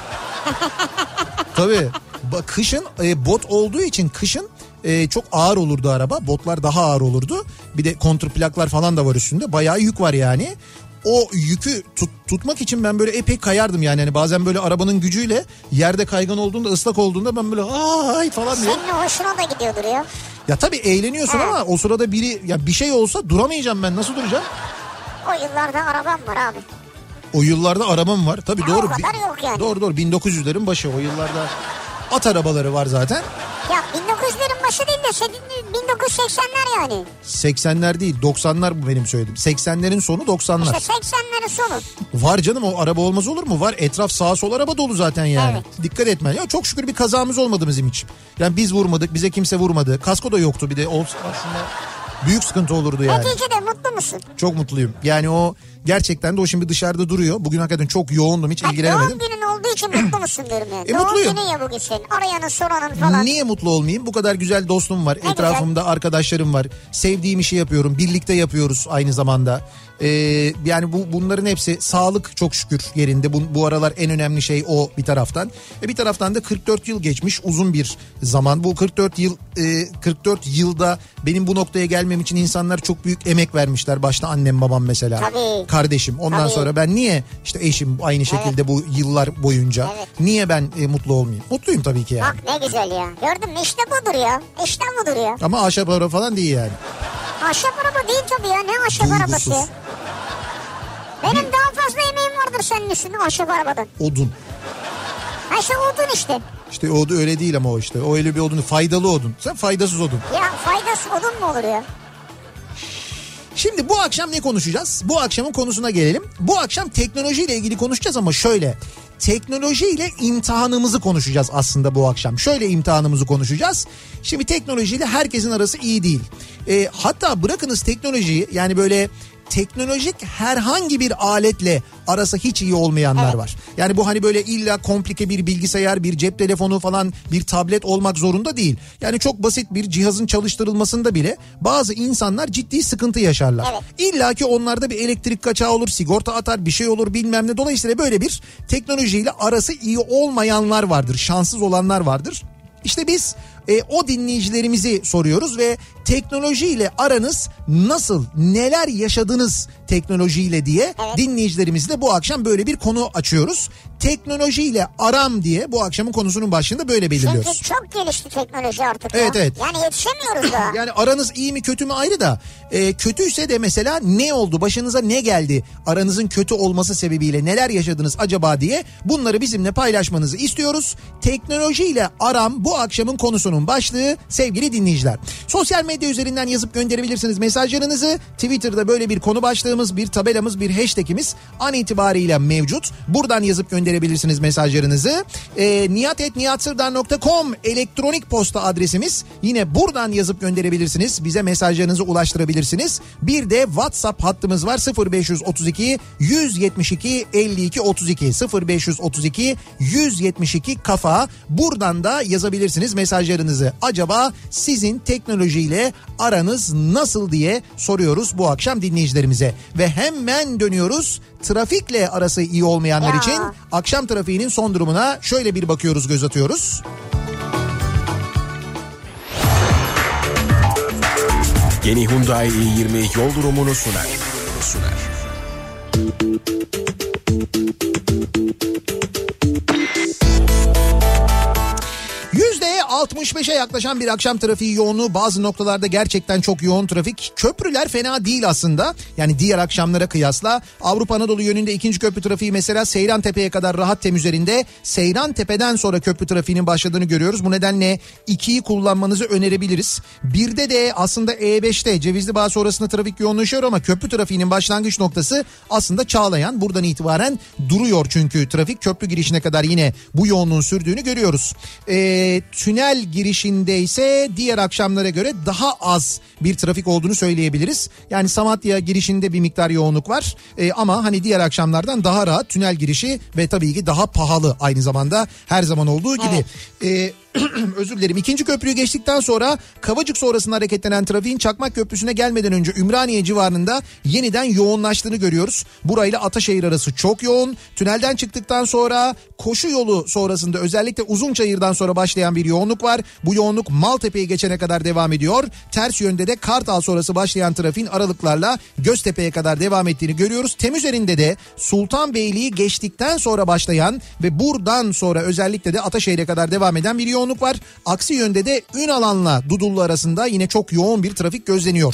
Tabii. Kışın bot olduğu için kışın çok ağır olurdu araba. Botlar daha ağır olurdu. Bir de kontrplaklar falan da var üstünde. Bayağı yük var yani. O yükü tutmak için ben böyle epey kayardım yani. Hani bazen böyle arabanın gücüyle yerde kaygan olduğunda, ıslak olduğunda ben böyle ay falan diye. Senin hoşuna da gidiyordur ya. Ya tabii eğleniyorsun ama o sırada bir şey olsa duramayacağım ben. Nasıl duracağım? O yıllarda arabam var abi. O yıllarda arabam var. Tabii doğru. O kadar yok yani. Doğru 1900'lerin başı o yıllarda. At arabaları var zaten. Ya 1900'lerin başı değil de 1980'ler yani. 80'ler değil 90'lar bu benim söylediğim. 80'lerin sonu 90'lar. İşte 80'lerin sonu. Var canım, o araba olmaz olur mu? Var, etraf sağa sola araba dolu zaten yani. Evet. Dikkat etme. Ya çok şükür bir kazamız olmadı bizim için. Yani biz vurmadık, bize kimse vurmadı. Kasko da yoktu bir de. Aslında büyük sıkıntı olurdu yani. Neticede mutlu musun? Çok mutluyum. Yani o gerçekten de o şimdi dışarıda duruyor. Bugün hakikaten çok yoğundum, hiç ilgilenemedim. Doğum günün olduğu için mutlu musun diyorum yani. Mutluyum. Doğum günün ya bugün senin. Arayanın soranın falan. Niye mutlu olmayayım? Bu kadar güzel dostum var. Etrafımda arkadaşlarım var. Sevdiğim işi yapıyorum. Birlikte yapıyoruz aynı zamanda. Yani bunların hepsi, sağlık çok şükür yerinde. Bu aralar en önemli şey o bir taraftan. Bir taraftan da 44 yıl geçmiş, uzun bir zaman. Bu 44 yılda benim bu noktaya gelmem için insanlar çok büyük emek vermişler. Başta annem babam mesela. Tabii. Kardeşim. Ondan sonra ben niye eşim aynı şekilde bu yıllar boyunca niye ben mutlu olmayayım? Mutluyum tabii ki yani. Bak ne güzel ya. Gördün mü, işte budur ya. İşte budur ya. Ama ahşap araba falan değil yani. Ahşap araba değil tabii ya. Ne ahşap arabası? Benim daha fazla emeğim vardır senin üstünde ahşap arabadan. Odun. İşte odun işte. İşte o da öyle değil ama o işte. O öyle bir odun. Faydalı odun. Sen faydasız odun. Ya faydasız odun mu olur ya? Şimdi bu akşam ne konuşacağız? Bu akşamın konusuna gelelim. Bu akşam teknolojiyle ilgili konuşacağız ama şöyle. Teknolojiyle imtihanımızı konuşacağız aslında bu akşam. Şöyle imtihanımızı konuşacağız. Şimdi teknolojiyle herkesin arası iyi değil. Hatta bırakınız teknolojiyi, yani böyle teknolojik herhangi bir aletle arası hiç iyi olmayanlar var. Yani bu hani böyle illa komplike bir bilgisayar, bir cep telefonu falan, bir tablet olmak zorunda değil. Yani çok basit bir cihazın çalıştırılmasında bile bazı insanlar ciddi sıkıntı yaşarlar. Evet. İlla ki onlarda bir elektrik kaçağı olur, sigorta atar, bir şey olur bilmem ne. Dolayısıyla böyle bir teknolojiyle arası iyi olmayanlar vardır, şanssız olanlar vardır. İşte biz o dinleyicilerimizi soruyoruz ve teknolojiyle aranız nasıl, neler yaşadınız teknolojiyle diye dinleyicilerimizle bu akşam böyle bir konu açıyoruz. Teknolojiyle aram diye bu akşamın konusunun başlığında böyle belirliyoruz. Çünkü çok gelişti teknoloji artık. Evet. Yani yetişemiyoruz da. Yani aranız iyi mi kötü mü ayrı da kötüyse de mesela ne oldu, başınıza ne geldi, aranızın kötü olması sebebiyle neler yaşadınız acaba diye bunları bizimle paylaşmanızı istiyoruz. Teknolojiyle aram bu akşamın konusunun başlığı sevgili dinleyiciler. Sosyal medya üzerinden yazıp gönderebilirsiniz mesajlarınızı. Twitter'da böyle bir konu başlığımız yazımız, bir tabelamız, bir hashtagimiz an itibariyle mevcut. Buradan yazıp gönderebilirsiniz mesajlarınızı. nihat@nihatsırdar.com elektronik posta adresimiz. Yine buradan yazıp gönderebilirsiniz. Bize mesajlarınızı ulaştırabilirsiniz. Bir de WhatsApp hattımız var. 0532 172 52 32 0532 172 kafa. Buradan da yazabilirsiniz mesajlarınızı. Acaba sizin teknolojiyle aranız nasıl diye soruyoruz bu akşam dinleyicilerimize. Ve hemen dönüyoruz. Trafikle arası iyi olmayanlar için akşam trafiğinin son durumuna şöyle bir bakıyoruz, göz atıyoruz. Yeni Hyundai i20 yol durumunu sunar. %65'e yaklaşan bir akşam trafiği yoğunluğu, bazı noktalarda gerçekten çok yoğun trafik. Köprüler fena değil aslında. Yani diğer akşamlara kıyasla. Avrupa Anadolu yönünde 2. köprü trafiği mesela Seyrantepe'ye kadar rahat tem üzerinde. Seyrantepe'den sonra köprü trafiğinin başladığını görüyoruz. Bu nedenle 2'yi kullanmanızı önerebiliriz. Bir de aslında E5'te Cevizli Bağ sonrasında trafik yoğunlaşıyor ama köprü trafiğinin başlangıç noktası aslında Çağlayan. Buradan itibaren duruyor çünkü trafik, köprü girişine kadar yine bu yoğunluğun sürdüğünü görüyoruz. Tünel girişinde ise diğer akşamlara göre daha az bir trafik olduğunu söyleyebiliriz. Yani Samatya girişinde bir miktar yoğunluk var ama hani diğer akşamlardan daha rahat tünel girişi ve tabii ki daha pahalı aynı zamanda, her zaman olduğu gibi. Özür dilerim. 2. köprüyü geçtikten sonra Kavacık sonrasında hareketlenen trafiğin Çakmak Köprüsü'ne gelmeden önce Ümraniye civarında yeniden yoğunlaştığını görüyoruz. Burayla Ataşehir arası çok yoğun. Tünelden çıktıktan sonra koşu yolu sonrasında özellikle Uzunçayır'dan sonra başlayan bir yoğunluk var. Bu yoğunluk Maltepe'yi geçene kadar devam ediyor. Ters yönde de Kartal sonrası başlayan trafiğin aralıklarla Göztepe'ye kadar devam ettiğini görüyoruz. Tem üzerinde de Sultanbeyli'yi geçtikten sonra başlayan ve buradan sonra özellikle de Ataşehir'e kadar devam eden bir yoğunluk var. Aksi yönde de Ünalan'la Dudullu arasında yine çok yoğun bir trafik gözleniyor.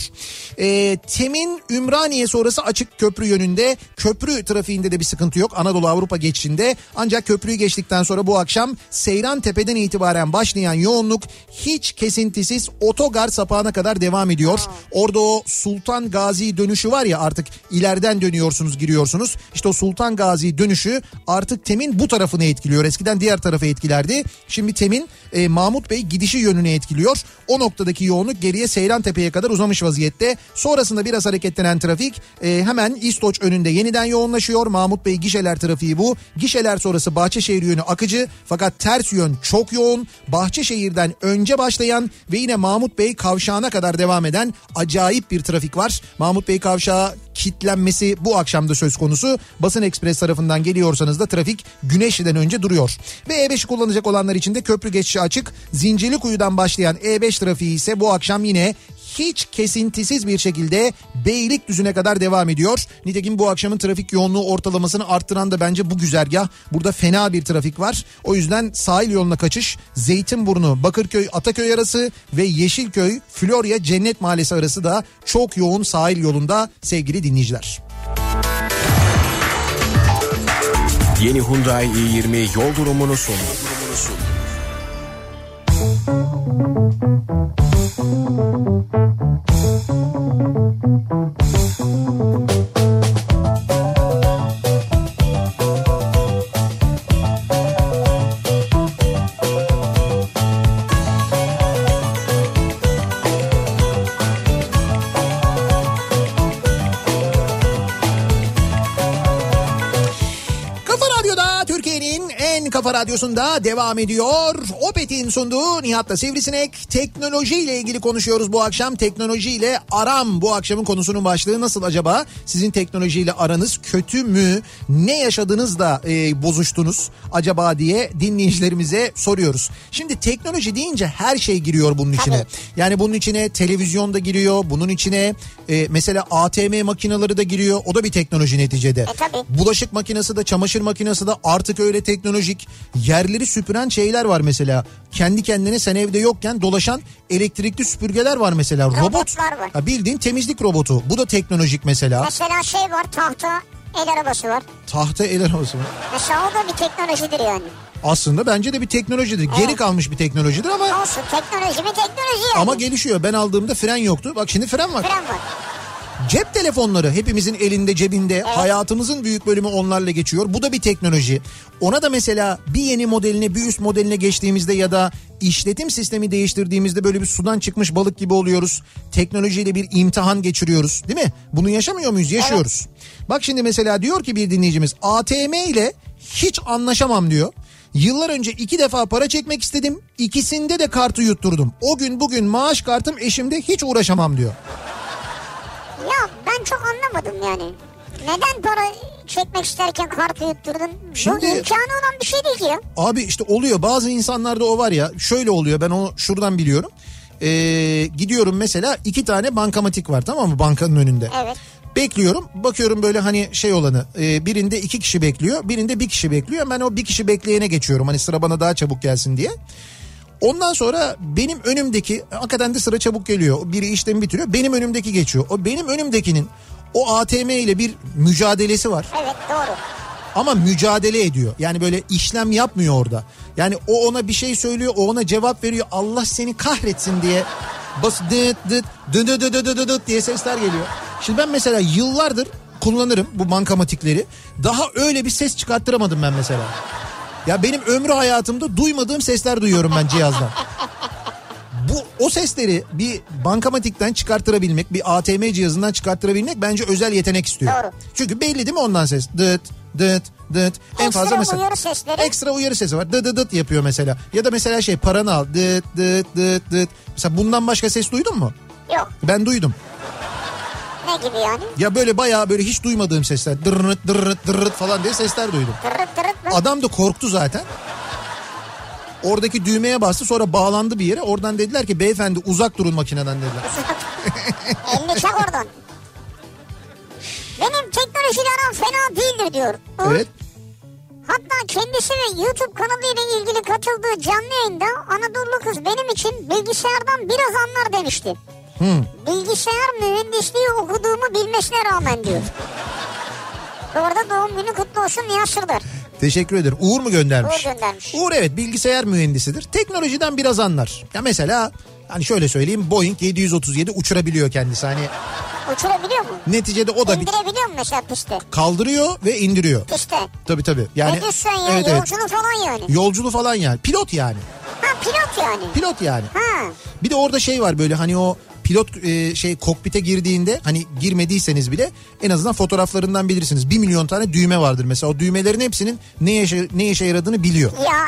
Tem'in Ümraniye sonrası açık köprü yönünde, köprü trafiğinde de bir sıkıntı yok Anadolu Avrupa geçişinde. Ancak köprüyü geçtikten sonra bu akşam Seyrantepe'den itibaren başlayan yoğunluk hiç kesintisiz otogar sapağına kadar devam ediyor. Orada o Sultan Gazi dönüşü var ya, artık ileriden dönüyorsunuz, giriyorsunuz. İşte o Sultan Gazi dönüşü artık Tem'in bu tarafını etkiliyor. Eskiden diğer tarafı etkilerdi. Şimdi Tem'in Mahmut Bey gidişi yönünü etkiliyor. O noktadaki yoğunluk geriye Seyrantepe'ye kadar uzamış vaziyette. Sonrasında biraz hareketlenen trafik hemen İstoç önünde yeniden yoğunlaşıyor. Mahmut Bey gişeler trafiği bu. Gişeler sonrası Bahçeşehir yönü akıcı fakat ters yön çok yoğun. Bahçeşehir'den önce başlayan ve yine Mahmut Bey kavşağına kadar devam eden acayip bir trafik var. Mahmut Bey kavşağı kitlenmesi bu akşamda söz konusu. Basın Ekspres tarafından geliyorsanız da trafik Güneşli'den önce duruyor. Ve E5'i kullanacak olanlar için de köprü geçişi açık. Zincirlikuyu'dan başlayan E5 trafiği ise bu akşam yine hiç kesintisiz bir şekilde Beylikdüzü'ne kadar devam ediyor. Nitekim bu akşamın trafik yoğunluğu ortalamasını arttıran da bence bu güzergah. Burada fena bir trafik var. O yüzden sahil yoluna kaçış, Zeytinburnu, Bakırköy, Ataköy arası ve Yeşilköy, Florya, Cennet Mahallesi arası da çok yoğun sahil yolunda sevgili dinleyiciler. Yeni Hyundai i20 yol durumunu sundu. Kafa Radyosu'nda devam ediyor. Opet'in sunduğu Nihat'la Sivrisinek. Teknolojiyle ilgili konuşuyoruz bu akşam. Teknolojiyle aram bu akşamın konusunun başlığı. Nasıl acaba? Sizin teknolojiyle aranız kötü mü? Ne yaşadınız da bozuştunuz acaba diye dinleyicilerimize soruyoruz. Şimdi teknoloji deyince her şey giriyor bunun içine. Tabii. Yani bunun içine televizyon da giriyor. Bunun içine mesela ATM makineleri de giriyor. O da bir teknoloji neticede. Tabii. Bulaşık makinesi de, çamaşır makinesi de artık öyle teknolojik. Yerleri süpüren şeyler var mesela. Kendi kendine sen evde yokken dolaşan elektrikli süpürgeler var mesela. Robotlar var. Ha, bildiğin temizlik robotu. Bu da teknolojik mesela. Mesela şey var, tahta el arabası var. Tahta el arabası var. Mesela o da bir teknolojidir yani. Aslında bence de bir teknolojidir. Evet. Geri kalmış bir teknolojidir ama. Olsun, teknoloji mi teknoloji yani. Ama gelişiyor. Ben aldığımda fren yoktu. Bak şimdi fren var. Fren var. Cep telefonları hepimizin elinde, cebinde. Evet. Hayatımızın büyük bölümü onlarla geçiyor. Bu da bir teknoloji. Ona da mesela bir yeni modeline, bir üst modeline geçtiğimizde ya da işletim sistemi değiştirdiğimizde böyle bir sudan çıkmış balık gibi oluyoruz. Teknolojiyle bir imtihan geçiriyoruz, değil mi? Bunu yaşamıyor muyuz? Yaşıyoruz. Evet. Bak şimdi mesela diyor ki bir dinleyicimiz, ATM ile hiç anlaşamam diyor. Yıllar önce 2 defa para çekmek istedim. İkisinde de kartı yutturdum. O gün bugün maaş kartım eşimde, hiç uğraşamam diyor. Ya ben çok anlamadım yani. Neden para çekmek isterken kartı yutturdun? Şimdi, bu imkanı olan bir şey değil ki ya. Abi işte oluyor, bazı insanlarda o var ya, şöyle oluyor, ben onu şuradan biliyorum. Gidiyorum mesela, 2 tane bankamatik var, tamam mı, bankanın önünde. Evet. Bekliyorum, bakıyorum böyle hani şey olanı, birinde 2 kişi bekliyor, birinde 1 kişi bekliyor. Ben o 1 kişi bekleyene geçiyorum, hani sıra bana daha çabuk gelsin diye. Ondan sonra benim önümdeki, hakikaten de sıra çabuk geliyor. Biri işlemi bitiriyor, benim önümdeki geçiyor. O benim önümdekinin o ATM ile bir mücadelesi var. Evet, doğru. Ama mücadele ediyor. Yani böyle işlem yapmıyor orada. Yani o ona bir şey söylüyor, o ona cevap veriyor. Allah seni kahretsin diye bas dıt dıt dıt dıt dıt dıt dıt diye sesler geliyor. Şimdi ben mesela yıllardır kullanırım bu bankamatikleri. Daha öyle bir ses çıkarttıramadım ben mesela. Ya benim ömrü hayatımda duymadığım sesler duyuyorum ben cihazdan. O sesleri bir bankamatikten çıkarttırabilmek, bir ATM cihazından çıkarttırabilmek bence özel yetenek istiyor. Doğru. Çünkü belli değil mi ondan ses? Dıt dıt dıt. En fazla mesela uyarı sesleri. Ekstra uyarı sesi var. Dıt dıt dıt yapıyor mesela. Ya da mesela şey, paranı al. Dıt dıt dıt dıt. Mesela bundan başka ses duydun mu? Yok. Ben duydum. Ne gibi yani? Ya böyle bayağı böyle hiç duymadığım sesler. Dırırıt dırırıt dırırıt falan diye sesler duydum. Dırırıt dırırıt mı? Adam da korktu zaten. Oradaki düğmeye bastı, sonra bağlandı bir yere. Oradan dediler ki beyefendi uzak durun makineden dediler. Elini çek oradan. Benim teknolojiyle aram fena değildir diyor. Evet. Hatta kendisi ve YouTube kanalıyla ilgili katıldığı canlı yayında Anadolu kız benim için bilgisayardan biraz anlar demişti. Bilgisayar mühendisliği okuduğumu bilmesine rağmen diyor. Bu arada doğum günü kutlu olsun Nihat Sırdar. Teşekkür ederim. Uğur mu göndermiş? Uğur göndermiş. Uğur evet, bilgisayar mühendisidir. Teknolojiden biraz anlar. Ya mesela hani şöyle söyleyeyim, Boeing 737 uçurabiliyor kendisi. Hani uçurabiliyor mu? Neticede o da İndirebiliyor mu mesela piste? Kaldırıyor ve indiriyor. Piste. Tabii. Yani, ne diyorsun ya? Evet, yolculuğu falan yani. Yolculuğu falan yani. Pilot yani. Ha, pilot yani. Pilot yani. Ha. Bir de orada şey var böyle, hani o pilot kokpite girdiğinde, hani girmediyseniz bile en azından fotoğraflarından bilirsiniz. 1 milyon tane düğme vardır mesela. O düğmelerin hepsinin ne işe yaradığını biliyor. Ya.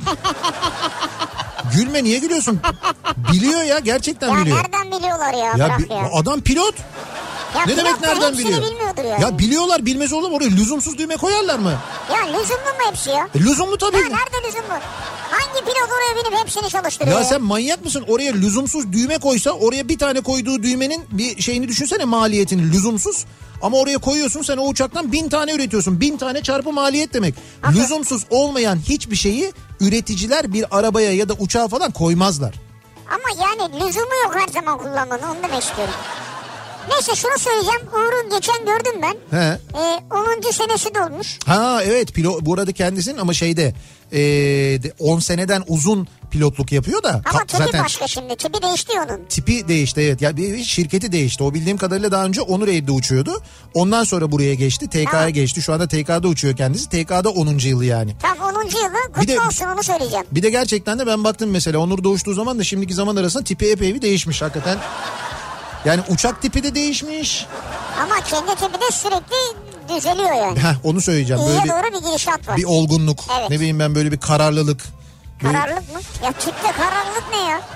Gülme, niye gülüyorsun? Biliyor ya, gerçekten biliyor. Ya nereden biliyorlar ya? Adam pilot. Ya ne demek nereden biliyor? Yani. Ya biliyorlar, bilmez olur mu? Oraya lüzumsuz düğme koyarlar mı? Ya lüzumlu mu hepsi ya? Lüzumlu tabii. Ya nerede lüzumlu? Hangi pilot oraya binip hepsini çalıştırıyor? Ya sen manyak mısın? Oraya lüzumsuz düğme koysa, oraya bir tane koyduğu düğmenin bir şeyini düşünsene, maliyetini, lüzumsuz. Ama oraya koyuyorsun sen, o uçaktan 1000 tane üretiyorsun. 1000 tane çarpı maliyet demek. Abi. Lüzumsuz olmayan hiçbir şeyi üreticiler bir arabaya ya da uçağa falan koymazlar. Ama yani lüzumu yok her zaman kullanmanın, onu demek istiyorum. Neyse şunu söyleyeceğim. Uğur'un geçen gördüm ben. He. 10. senesi dolmuş. Ha evet, pilot bu arada kendisinin ama şeyde 10 seneden uzun pilotluk yapıyor da. Ama tipi zaten başka şimdi. Tipi değişti onun. Tipi değişti evet. Ya bir şirketi değişti. O bildiğim kadarıyla daha önce Onur Air'de uçuyordu. Ondan sonra buraya geçti. TK'ya geçti. Şu anda TK'da uçuyor kendisi. TK'da 10. yılı yani. Tam 10. yılı kutlu olsun, onu söyleyeceğim. Bir de gerçekten de ben baktım mesela Onur da uçtuğu zaman da şimdiki zaman arasında tipi epey bir değişmiş hakikaten. Yani uçak tipi de değişmiş. Ama kendi tipi de sürekli düzeliyor yani. Onu söyleyeceğim. İyiye böyle doğru bir gidişat var. Bir olgunluk. Evet. Ne bileyim ben, böyle bir kararlılık. Kararlılık mı? Ya tipte kararlılık ne ya?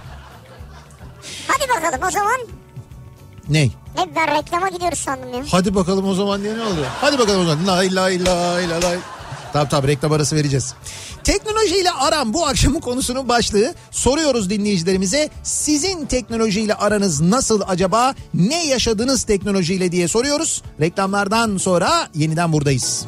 Hadi bakalım o zaman. Ney? Ne, ben reklama gidiyoruz sandım ya. Hadi bakalım o zaman diye ne oluyor? Hadi bakalım o zaman. Lay lay lay lay lay. Tamam reklam arası vereceğiz. Teknolojiyle aram bu akşamın konusunun başlığı. Soruyoruz dinleyicilerimize, sizin teknolojiyle aranız nasıl acaba? Ne yaşadınız teknolojiyle diye soruyoruz. Reklamlardan sonra yeniden buradayız.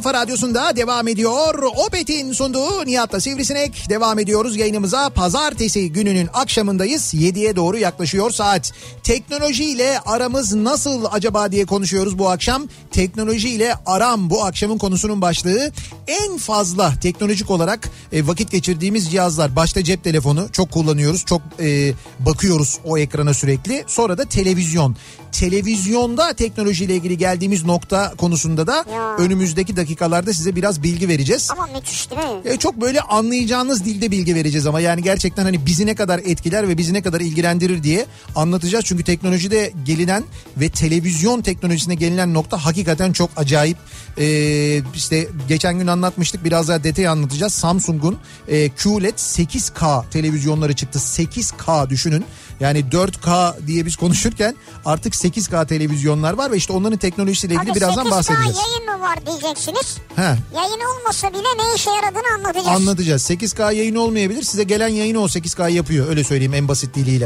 Kafa Radyosu'nda devam ediyor. Opet'in sunduğu Nihat'la Sivrisinek. Devam ediyoruz yayınımıza. Pazartesi gününün akşamındayız. 7'ye doğru yaklaşıyor saat. Teknolojiyle aramız nasıl acaba diye konuşuyoruz bu akşam. Teknolojiyle aram bu akşamın konusunun başlığı. En fazla teknolojik olarak vakit geçirdiğimiz cihazlar. Başta cep telefonu çok kullanıyoruz. Çok bakıyoruz o ekrana sürekli. Sonra da televizyon. Televizyonda teknolojiyle ilgili geldiğimiz nokta konusunda da önümüzdeki dakikalarda size biraz bilgi vereceğiz. Ama müthiş değil mi? Çok böyle anlayacağınız dilde bilgi vereceğiz ama yani gerçekten hani bizi ne kadar etkiler ve bizi ne kadar ilgilendirir diye anlatacağız. Çünkü teknolojide gelinen ve televizyon teknolojisine gelinen nokta hakikaten çok acayip. İşte geçen gün anlatmıştık, biraz daha detayı anlatacağız. Samsung'un QLED 8K televizyonları çıktı. 8K düşünün. Yani 4K diye biz konuşurken artık 8K televizyonlar var ve işte onların teknolojisiyle ilgili birazdan bahsedeceğiz. 8K yayın mı var diyeceksiniz. He. Yayın olmasa bile ne işe yaradığını anlatacağız. Anlatacağız. 8K yayın olmayabilir. Size gelen yayını o 8K yapıyor. Öyle söyleyeyim en basit diliyle.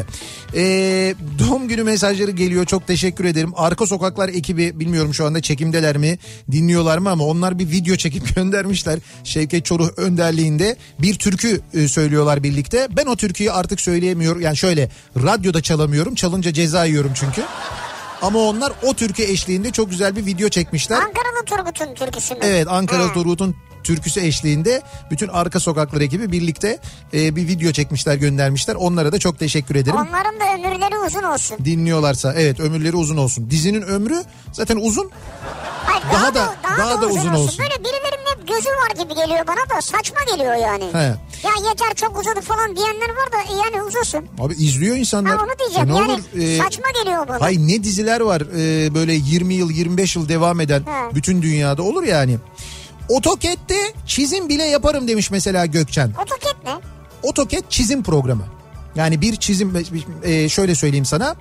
Doğum günü mesajları geliyor. Çok teşekkür ederim. Arka Sokaklar ekibi, bilmiyorum şu anda çekimdeler mi, dinliyorlar mı ama onlar bir video çekip göndermişler. Şevket Çoruh önderliğinde bir türkü söylüyorlar birlikte. Ben o türküyü artık söyleyemiyorum. Yani şöyle, radyoda çalamıyorum. Çalınca ceza yiyorum çünkü. Ama onlar o türkü eşliğinde çok güzel bir video çekmişler. Ankaralı Turgut'un türküsü mü? Evet, Ankaralı Turgut'un türküsü eşliğinde bütün Arka Sokaklar ekibi birlikte bir video çekmişler, göndermişler. Onlara da çok teşekkür ederim. Onların da ömürleri uzun olsun. Dinliyorlarsa evet, ömürleri uzun olsun. Dizinin ömrü zaten uzun. Hayır, daha da uzun olsun. Böyle birilerinin hep gözü var gibi geliyor bana da, saçma geliyor yani. He. Ya yeter çok uzadı falan diyenler var da yani uzasın. Abi izliyor insanlar. Ha, onu diyeceğim ne yani olur, saçma geliyor bana. Hayır, ne diziler var böyle 20 yıl 25 yıl devam eden bütün dünyada olur yani. AutoCAD'de çizim bile yaparım demiş mesela Gökçen. AutoCAD ne? AutoCAD çizim programı. Yani bir çizim, şöyle söyleyeyim sana.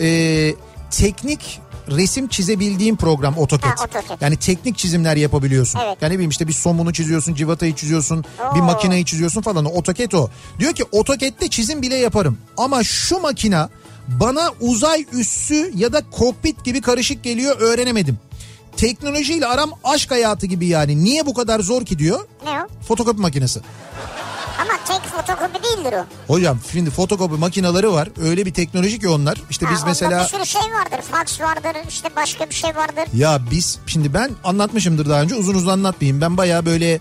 Teknik resim çizebildiğin program AutoCAD. AutoCAD. Yani teknik çizimler yapabiliyorsun. Evet. Yani ne bileyim işte bir somunu çiziyorsun, civatayı çiziyorsun, bir makineyi çiziyorsun falan. AutoCAD o. Diyor ki AutoCAD'de çizim bile yaparım. Ama şu makina bana uzay üssü ya da kokpit gibi karışık geliyor, öğrenemedim. Teknolojiyle aram aşk hayatı gibi yani. Niye bu kadar zor ki diyor? Ne o? Fotokopi makinesi. Ama tek fotokopi değildir o. Hocam şimdi fotokopi makineleri var. Öyle bir teknoloji ki onlar. İşte biz mesela... bir sürü şey vardır. Fax vardır, işte başka bir şey vardır. Ya biz şimdi, ben anlatmışımdır daha önce, uzun anlatmayayım. Ben bayağı böyle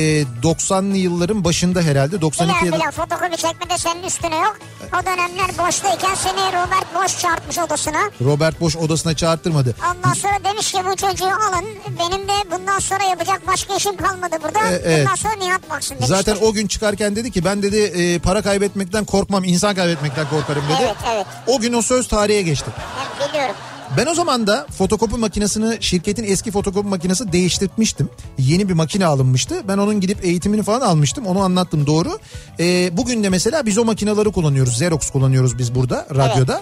90'lı yılların başında herhalde 92 yılında... Bilen fotokopi çekmede senin üstüne yok. O dönemler boştayken seni Robert Bosch çağırtmış odasına. Robert Bosch odasına çağırttırmadı. Ondan sonra demiş ki bu çocuğu alın. Benim de bundan sonra yapacak başka işim kalmadı burada. Evet. Bundan sonra Nihat baksın demiştir. Zaten o gün çıkarken dedi ki ben dedi para kaybetmekten korkmam, insan kaybetmekten korkarım dedi. Evet. O gün o söz tarihe geçti. Ben biliyorum. Ben o zaman da fotokopi makinesini, şirketin eski fotokopi makinesi değiştirmiştim. Yeni bir makine alınmıştı. Ben onun gidip eğitimini falan almıştım. Onu anlattım, doğru. Bugün de mesela biz o makineleri kullanıyoruz. Xerox kullanıyoruz biz burada radyoda.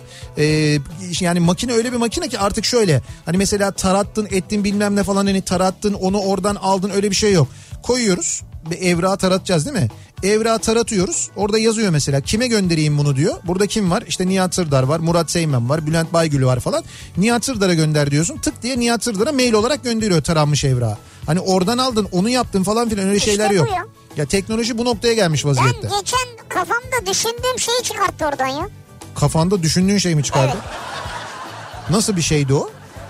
Yani makine öyle bir makine ki artık şöyle. Hani mesela tarattın ettin bilmem ne falan, hani tarattın onu oradan aldın, öyle bir şey yok. Koyuyoruz. Bir evrağı taratacağız değil mi? Evrağı taratıyoruz. Orada yazıyor mesela kime göndereyim bunu diyor. Burada kim var? İşte Nihat Sırdar var, Murat Seymen var, Bülent Baygül var falan. Nihat Sırdar'a gönder diyorsun. Tık diye Nihat Sırdar'a mail olarak gönderiyor taranmış evrağı. Hani oradan aldın, onu yaptın falan filan, öyle şeyler yok. Ya teknoloji bu noktaya gelmiş vaziyette. Ben geçen kafamda düşündüğüm şeyi çıkarttı oradan ya. Kafanda düşündüğün şey mi çıkardı? Evet. Nasıl bir şeydi o?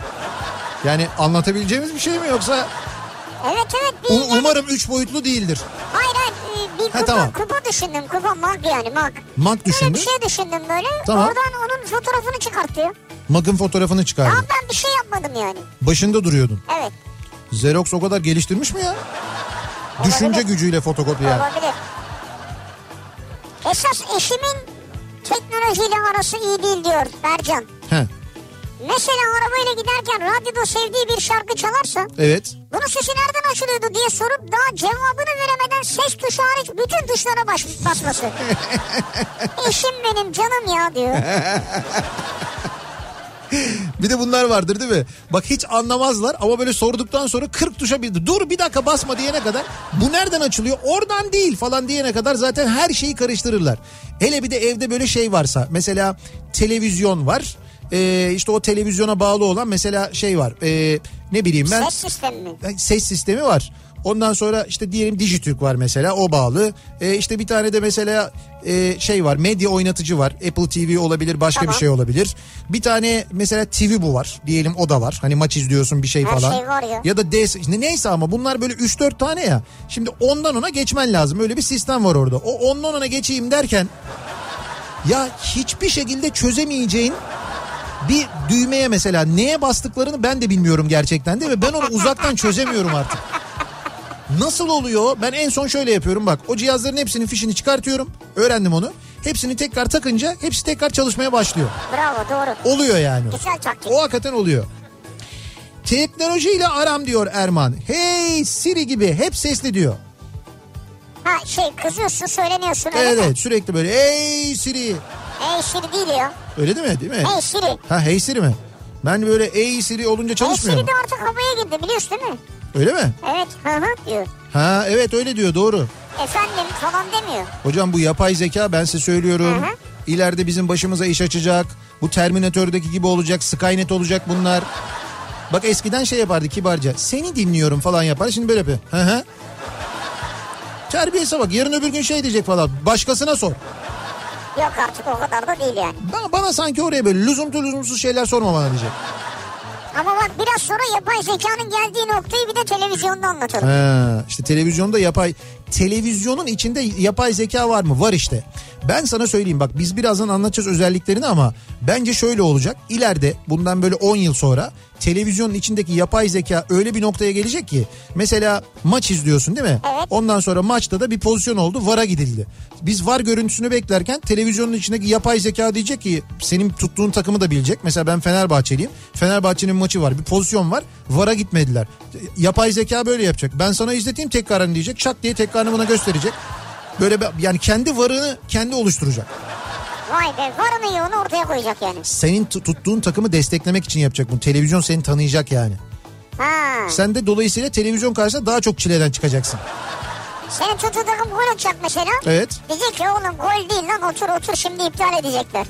Yani anlatabileceğimiz bir şey mi yoksa? Evet. Umarım 3 boyutlu değildir. Hayır bir kupa, tamam. Kupa düşündüm. Kupa mag yani mag. Mag düşündün. Böyle bir şey düşündüm böyle. Tamam. Oradan onun fotoğrafını çıkartıyor. Mag'ın fotoğrafını çıkardı. Ya ben bir şey yapmadım yani. Başında duruyordun. Evet. Xerox o kadar geliştirmiş mi ya? Olabilir. Düşünce gücüyle fotokopi yani. Olabilir. Esas eşimin teknolojiyle arası iyi değil diyor Bercan. He. Mesela arabayla giderken radyoda sevdiği bir şarkı çalarsa... Evet. Bunun sesi nereden açılıyordu diye sorup daha cevabını veremeden ses tuşu hariç bütün tuşlara basması. Eşim benim canım ya diyor. Bir de bunlar vardır değil mi? Bak hiç anlamazlar ama böyle sorduktan sonra 40 tuşa dur bir dakika basma diyene kadar, bu nereden açılıyor, oradan değil falan diyene kadar zaten her şeyi karıştırırlar. Hele bir de evde böyle şey varsa, mesela televizyon var. işte o televizyona bağlı olan mesela şey var. Ne bileyim ben. Ses sistemi mi? Ses sistemi var. Ondan sonra işte diyelim Dijitürk var mesela, o bağlı. İşte bir tane de mesela şey var, medya oynatıcı var. Apple TV olabilir, başka bir şey olabilir. Bir tane mesela TV bu var diyelim, o da var. Hani maç izliyorsun bir şey her falan. Şey var ya. Ya da neyse ama bunlar böyle 3-4 tane ya. Şimdi ondan ona geçmen lazım. Öyle bir sistem var orada. O ondan ona geçeyim derken ya hiçbir şekilde çözemeyeceğin bir düğmeye mesela neye bastıklarını ben de bilmiyorum gerçekten de ve ben onu uzaktan çözemiyorum artık. Nasıl oluyor? Ben en son şöyle yapıyorum bak. O cihazların hepsinin fişini çıkartıyorum. Öğrendim onu. Hepsini tekrar takınca hepsi tekrar çalışmaya başlıyor. Bravo, doğru. Oluyor yani. Güzel taktik. O hakikaten oluyor. Teknolojiyle aram diyor Erman. Hey Siri gibi hep sesli diyor. Ha kızıyorsun, söyleniyorsun. Evet sürekli böyle hey Siri. Hey Siri değil ya. Öyle değil mi? Hey Siri. Ha hey Siri mi? Ben böyle hey Siri olunca çalışmıyor. Hey Siri de artık havaya girdi, biliyorsun değil mi? Öyle mi? Evet, diyor. Ha evet öyle diyor, doğru. Efendim falan demiyor. Hocam bu yapay zeka, ben size söylüyorum. İleride bizim başımıza iş açacak. Bu Terminator'daki gibi olacak. Skynet olacak bunlar. Bak eskiden şey yapardı kibarca. Seni dinliyorum falan yapar. Şimdi böyle yapıyor. Terbiyesi bak, yarın öbür gün şey diyecek falan. Başkasına sor. Yok artık o kadar da değil yani. Bana sanki oraya böyle lüzumsuz şeyler sorma bana diyecek. Ama bak biraz sonra yapay zekanın geldiği noktayı bir de televizyonda anlatalım. İşte televizyonda televizyonun içinde yapay zeka var mı? Var işte. Ben sana söyleyeyim bak, biz birazdan anlatacağız özelliklerini ama bence şöyle olacak. İleride bundan böyle 10 yıl sonra televizyonun içindeki yapay zeka öyle bir noktaya gelecek ki mesela maç izliyorsun değil mi? Evet. Ondan sonra maçta da bir pozisyon oldu, VAR'a gidildi. Biz VAR görüntüsünü beklerken televizyonun içindeki yapay zeka diyecek ki senin tuttuğun takımı da bilecek. Mesela ben Fenerbahçeliyim. Fenerbahçe'nin maçı var, bir pozisyon var. VAR'a gitmediler. Yapay zeka böyle yapacak. Ben sana izleteyim tekrarını diyecek. Şak diye tekrarını bana gösterecek. Böyle yani kendi VAR'ını kendi oluşturacak. Vay be, varını yoğunu ortaya koyacak yani. Senin tuttuğun takımı desteklemek için yapacak bunu. Televizyon seni tanıyacak yani. Sen de dolayısıyla televizyon karşısında daha çok çileden çıkacaksın. Senin tuttuğun takım gol atacak mesela. Evet. Diyecek ki oğlum gol değil lan, otur şimdi iptal edecekler.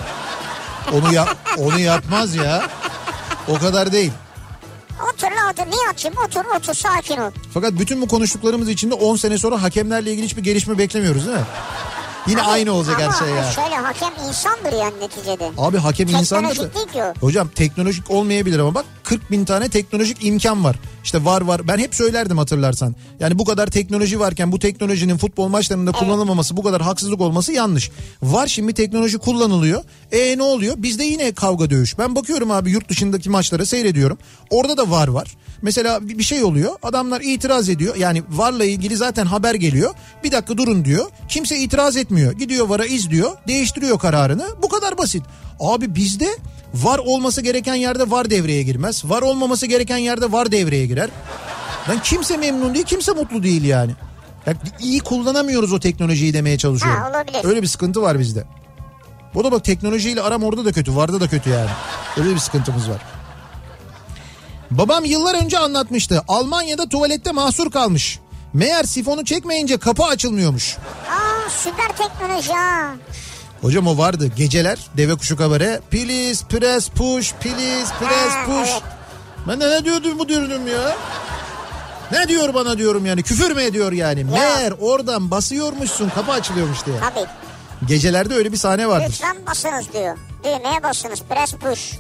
Onu yapmaz ya. O kadar değil. Otur lan otur. Niye atayım? Otur sakin ol. Fakat bütün bu konuştuklarımız içinde 10 sene sonra hakemlerle ilgili hiçbir gelişme beklemiyoruz değil mi? Yine aynı olacak her şey ya. Ama şöyle, hakem insandır yani neticede. Abi hakem insandır. Teknolojik değil ki o. Hocam teknolojik olmayabilir ama bak 40 bin tane teknolojik imkan var. İşte var. Ben hep söylerdim hatırlarsan. Yani bu kadar teknoloji varken bu teknolojinin futbol maçlarında kullanılmaması, bu kadar haksızlık olması yanlış. Var şimdi teknoloji kullanılıyor. Ne oluyor? Bizde yine kavga dövüş. Ben bakıyorum abi yurt dışındaki maçlara seyrediyorum. Orada da var. Mesela bir şey oluyor. Adamlar itiraz ediyor. Yani VAR'la ilgili zaten haber geliyor. Bir dakika durun diyor. Kimse itiraz etmiyor. Gidiyor VAR'a izliyor. Değiştiriyor kararını. Bu kadar basit. Abi bizde VAR olması gereken yerde VAR devreye girmez. VAR olmaması gereken yerde VAR devreye girer. Yani kimse memnun değil, kimse mutlu değil yani. Yani iyi kullanamıyoruz o teknolojiyi demeye çalışıyorum. Olabilir. Öyle bir sıkıntı var bizde. O da bak teknolojiyle aram orada da kötü, VAR'da da kötü yani. Öyle bir sıkıntımız var. Babam yıllar önce anlatmıştı. Almanya'da tuvalette mahsur kalmış. Meğer sifonu çekmeyince kapı açılmıyormuş. Süper teknoloji ha. Hocam o vardı. Geceler Deve Kuşu Kabare. Please press push, please press push. Evet. Ben de ne diyordum bu diyordum ya. Ne diyor bana diyorum yani. Küfür mü ediyor yani. Ya. Meğer oradan basıyormuşsun, kapı açılıyormuş diye. Tabii. Gecelerde öyle bir sahne vardır. Lütfen basınız diyor. Düğmeye basınız. Press push.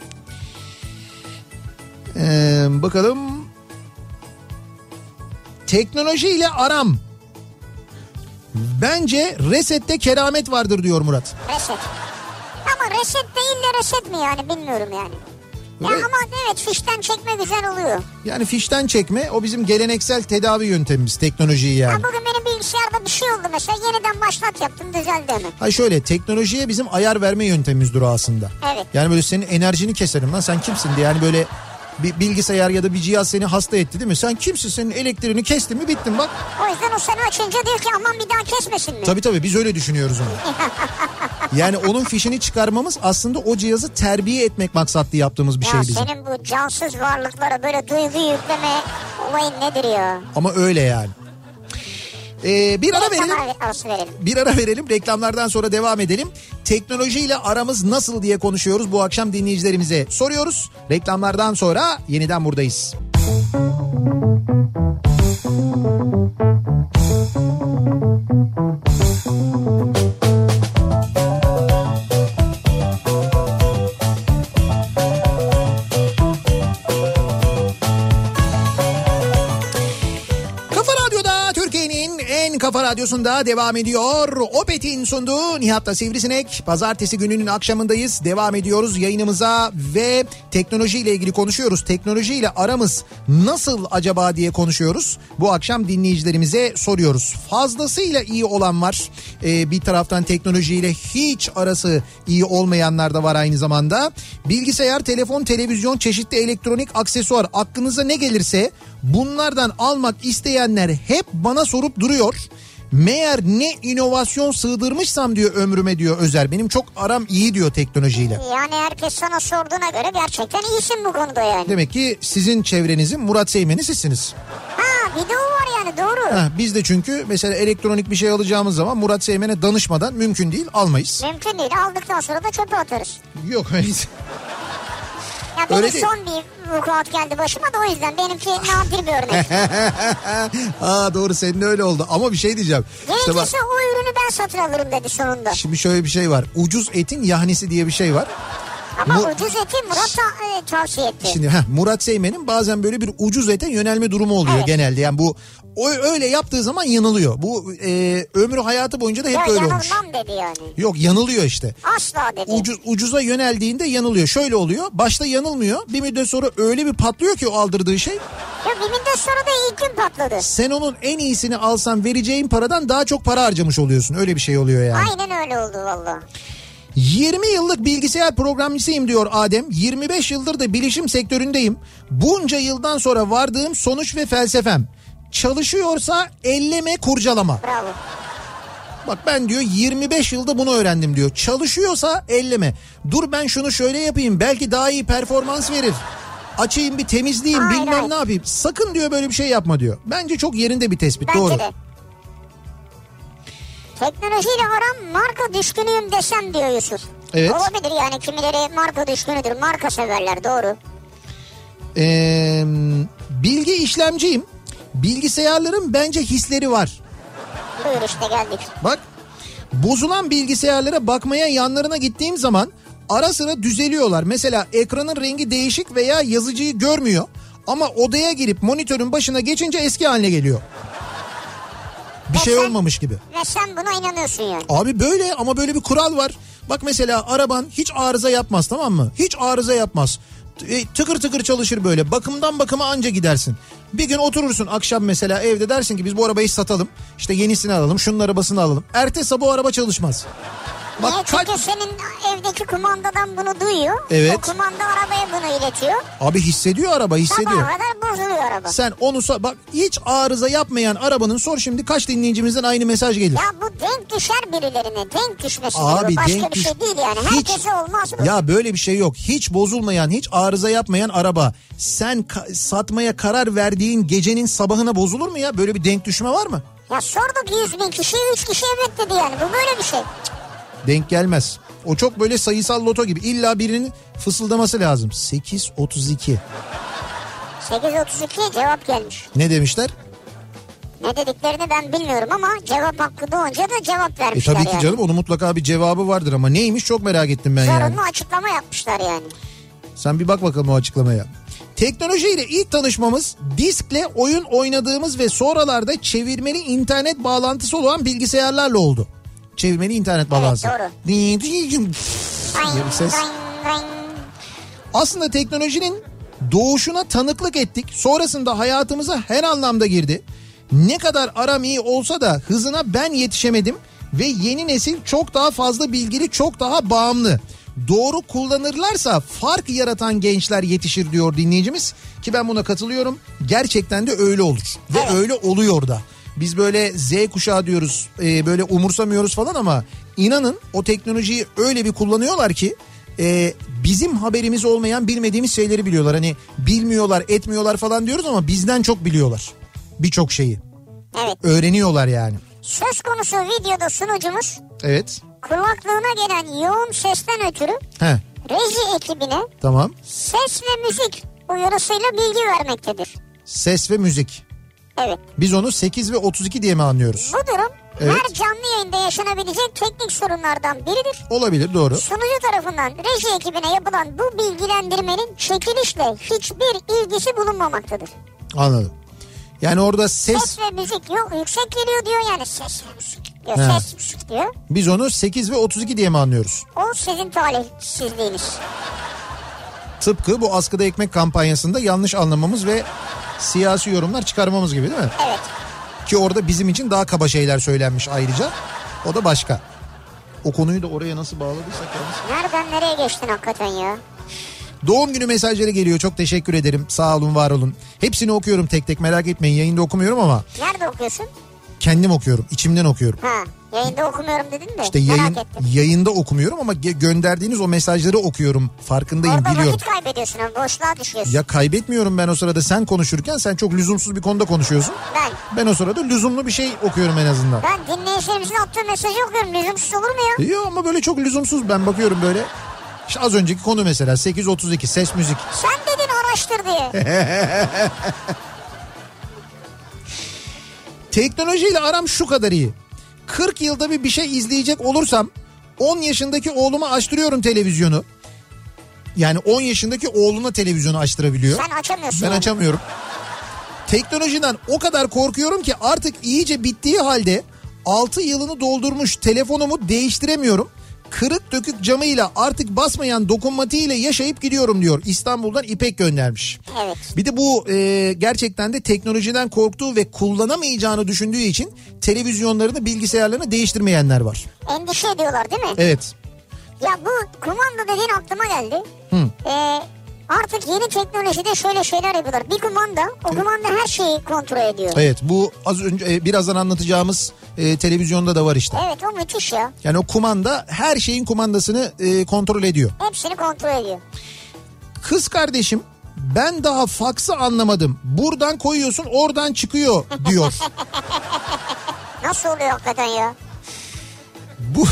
Bakalım. Teknolojiyle aram. Bence resette keramet vardır diyor Murat. Reset. Ama reset değil de reset mi yani, bilmiyorum yani. Ya ama evet, fişten çekme güzel oluyor. Yani fişten çekme o bizim geleneksel tedavi yöntemimiz, teknolojiyi yani. Bugün benim bilgisayarda bir şey oldu mesela, yeniden başlat yaptım, düzeldi mi? Hayır şöyle, teknolojiye bizim ayar verme yöntemimizdir o aslında. Evet. Yani böyle senin enerjini keserim lan, sen kimsin diye yani, böyle bir bilgisayar ya da bir cihaz seni hasta etti değil mi? Sen kimsin, senin elektriğini kestin mi bittin bak. O yüzden o seni açınca diyor ki aman bir daha kesmesin mi? Tabii biz öyle düşünüyoruz onu. Yani onun fişini çıkarmamız aslında o cihazı terbiye etmek maksatlı yaptığımız bir şey bizim. Ya senin bu cansız varlıklara böyle duygu yükleme olayın nedir ya? Ama öyle yani. Bir ara verelim. verelim. Bir ara verelim. Reklamlardan sonra devam edelim. Teknolojiyle aramız nasıl diye konuşuyoruz. Bu akşam dinleyicilerimize soruyoruz. Reklamlardan sonra yeniden buradayız. Kafa Radyosu'nda devam ediyor. Opet'in sunduğu Nihat'la Sivrisinek. Pazartesi gününün akşamındayız. Devam ediyoruz yayınımıza ve teknolojiyle ilgili konuşuyoruz. Teknolojiyle aramız nasıl acaba diye konuşuyoruz. Bu akşam dinleyicilerimize soruyoruz. Fazlasıyla iyi olan var. Bir taraftan teknolojiyle hiç arası iyi olmayanlar da var aynı zamanda. Bilgisayar, telefon, televizyon, çeşitli elektronik aksesuar, aklınıza ne gelirse bunlardan almak isteyenler hep bana sorup duruyor. Meğer ne inovasyon sığdırmışsam diyor ömrüme diyor Özer. Benim çok aram iyi diyor teknolojiyle. Yani herkes sana sorduğuna göre gerçekten iyisin bu konuda yani. Demek ki sizin çevrenizin Murat Seymen'i sizsiniz. Ha bir de o var yani doğru. Biz de çünkü mesela elektronik bir şey alacağımız zaman Murat Seymen'e danışmadan mümkün değil almayız. Mümkün değil, aldıktan sonra da çöpe atarız. Yok öyle. Ya benim son bir vukuat geldi başıma da o yüzden benimki nadir bir örnek. Doğru senin öyle oldu ama bir şey diyeceğim. Gerekirse işte o ürünü ben satın alırım dedi sonunda. Şimdi şöyle bir şey var, ucuz etin yahnisi diye bir şey var. Ama ucuz eti Murat tavsiye etti. Şimdi Murat Seymen'in bazen böyle bir ucuz ete yönelme durumu oluyor genelde. Yani bu öyle yaptığı zaman yanılıyor. Bu ömrü hayatı boyunca da hep ya, öyle olmuş. Yanılmam dedi yani. Yok yanılıyor işte. Asla dedi. Ucuza yöneldiğinde yanılıyor. Şöyle oluyor. Başta yanılmıyor. Bir müddet sonra öyle bir patlıyor ki o aldırdığı şey. Ya bir müddet sonra da ilk gün patladı. Sen onun en iyisini alsan vereceğin paradan daha çok para harcamış oluyorsun. Öyle bir şey oluyor yani. Aynen öyle oldu valla. 20 yıllık bilgisayar programcısıyım diyor Adem. 25 yıldır da bilişim sektöründeyim. Bunca yıldan sonra vardığım sonuç ve felsefem. Çalışıyorsa elleme, kurcalama. Bravo. Bak ben diyor 25 yılda bunu öğrendim diyor. Çalışıyorsa elleme. Dur ben şunu şöyle yapayım, belki daha iyi performans verir. Açayım bir temizleyeyim, bilmem ne yapayım. Sakın diyor böyle bir şey yapma diyor. Bence çok yerinde bir tespit. Bence doğru. De. Teknolojiyle aram marka düşkünüyüm desem diyor Yusuf. Evet. Olabilir yani, kimileri marka düşkünüdür, marka severler, doğru. Bilgi işlemciyim. Bilgisayarların bence hisleri var. Buyur işte geldik. Bak, bozulan bilgisayarlara bakmaya yanlarına gittiğim zaman ara sıra düzeliyorlar. Mesela ekranın rengi değişik veya yazıcıyı görmüyor. Ama odaya girip monitörün başına geçince eski haline geliyor. Bir şey olmamış gibi. Ve sen buna inanıyorsun yani. Abi böyle, ama böyle bir kural var. Bak mesela araban hiç arıza yapmaz, tamam mı? Hiç arıza yapmaz. Tıkır tıkır çalışır böyle. Bakımdan bakıma anca gidersin. Bir gün oturursun akşam mesela evde, dersin ki biz bu arabayı satalım. İşte yenisini alalım, şunun arabasını alalım. Ertesi sabah o araba çalışmaz. Bak, çünkü senin evdeki kumandadan bunu duyuyor. Evet. O kumanda arabaya bunu iletiyor. Abi hissediyor araba, hissediyor. Sabaha kadar bozuluyor araba. Sen onu bak, hiç arıza yapmayan arabanın sor şimdi kaç dinleyicimizden aynı mesaj gelir. Ya bu denk düşer birilerine. Denk düşmesidir abi, bu. Başka bir şey değil yani. Herkese olmaz bu. Ya böyle bir şey yok. Hiç bozulmayan, hiç arıza yapmayan araba sen satmaya karar verdiğin gecenin sabahına bozulur mu ya? Böyle bir denk düşme var mı? Ya sorduk 100.000 kişiye, 3 kişi evet dedi yani. Bu böyle bir şey. Denk gelmez. O çok böyle sayısal loto gibi. İlla birinin fısıldaması lazım. 8.32. 8.32 cevap gelmiş. Ne demişler? Ne dediklerini ben bilmiyorum ama cevap hakkı doğunca da cevap vermişler tabii ki yani. canım, onun mutlaka bir cevabı vardır ama neymiş çok merak ettim ben. Zorunlu açıklama yapmışlar yani. Sen bir bak bakalım o açıklamaya. Teknolojiyle ilk tanışmamız diskle oyun oynadığımız ve sonralarda çevirmeli internet bağlantısı olan bilgisayarlarla oldu. Çevirmeli internet bağlantısı. Evet, doğru. Ses. Aslında teknolojinin doğuşuna tanıklık ettik. Sonrasında hayatımıza her anlamda girdi. Ne kadar aram iyi olsa da hızına ben yetişemedim ve yeni nesil çok daha fazla bilgili, çok daha bağımlı. Doğru kullanırlarsa fark yaratan gençler yetişir diyor dinleyicimiz, ki ben buna katılıyorum. Gerçekten de öyle olur ve öyle oluyor da. Biz böyle Z kuşağı diyoruz, böyle umursamıyoruz falan ama inanın o teknolojiyi öyle bir kullanıyorlar ki bizim haberimiz olmayan, bilmediğimiz şeyleri biliyorlar. Hani bilmiyorlar, etmiyorlar falan diyoruz ama bizden çok biliyorlar birçok şeyi. Evet. Öğreniyorlar yani. Söz konusu videoda sunucumuz Evet. kulaklığına gelen yoğun sesten ötürü He. reji ekibine Tamam. ses ve müzik uyarısıyla bilgi vermektedir. Ses ve müzik. Evet. Biz onu 8 ve 32 diye mi anlıyoruz? Bu durum Evet. her canlı yayında yaşanabilecek teknik sorunlardan biridir. Olabilir, doğru. Sunucu tarafından reji ekibine yapılan bu bilgilendirmenin çekilişle hiçbir ilgisi bulunmamaktadır. Anladım. Yani orada Ses ve müzik yok, yüksek geliyor diyor yani ses ve müzik diyor. He. Ses müzik diyor. Biz onu 8 ve 32 diye mi anlıyoruz? O sizin talihsizliğiniz. Tıpkı bu askıda ekmek kampanyasında yanlış anlamamız ve siyasi yorumlar çıkarmamız gibi değil mi? Evet. Ki orada bizim için daha kaba şeyler söylenmiş ayrıca. O da başka. O konuyu da oraya nasıl bağladıysak yalnız. Nereden nereye geçtin hakikaten ya? Doğum günü mesajları geliyor. Çok teşekkür ederim. Sağ olun, var olun. Hepsini okuyorum tek tek, merak etmeyin. Yayında okumuyorum ama Nerede okuyorsun? kendim okuyorum. İçimden okuyorum. Ha, yayında okumuyorum dedin de İşte merak ettim. yayında okumuyorum ama gönderdiğiniz o mesajları okuyorum. Farkındayım, Orada biliyorum. vakit kaybediyorsun ama boşluğa düşüyorsun. Ya kaybetmiyorum ben o sırada, sen konuşurken sen çok lüzumsuz bir konuda konuşuyorsun. Ben o sırada lüzumlu bir şey okuyorum en azından. Ben dinleyicilerimizin attığı mesajı okuyorum. Lüzumsuz olur mu ya? Yok ama böyle çok lüzumsuz, ben bakıyorum böyle. İşte az önceki konu mesela 8.32 ses müzik. Sen dedin araştır diye. Teknolojiyle aram şu kadar iyi. 40 yılda bir şey izleyecek olursam 10 yaşındaki oğluma açtırıyorum televizyonu. Yani 10 yaşındaki oğluna televizyonu açtırabiliyor. Sen açamıyorsun. Ben yani. açamıyorum. Teknolojiden o kadar korkuyorum ki artık iyice bittiği halde 6 yılını doldurmuş telefonumu değiştiremiyorum. Kırık dökük camıyla artık basmayan dokunmatiğiyle yaşayıp gidiyorum diyor. İstanbul'dan İpek göndermiş. Evet. Bir de bu gerçekten de teknolojiden korktuğu ve kullanamayacağını düşündüğü için televizyonlarını, bilgisayarlarını değiştirmeyenler var. Endişe ediyorlar değil mi? Evet. Ya bu kumanda dediğin aklıma geldi. Artık yeni teknolojide şöyle şeyler yapıyorlar. Bir kumanda, o kumanda her şeyi kontrol ediyor. Evet, bu az önce birazdan anlatacağımız televizyonda da var işte. Evet, o müthiş ya. Yani o kumanda her şeyin kumandasını kontrol ediyor. Hepsini kontrol ediyor. Kız kardeşim, ben daha faksı anlamadım. Buradan koyuyorsun, oradan çıkıyor diyor. Nasıl oluyor hakikaten ya? Bu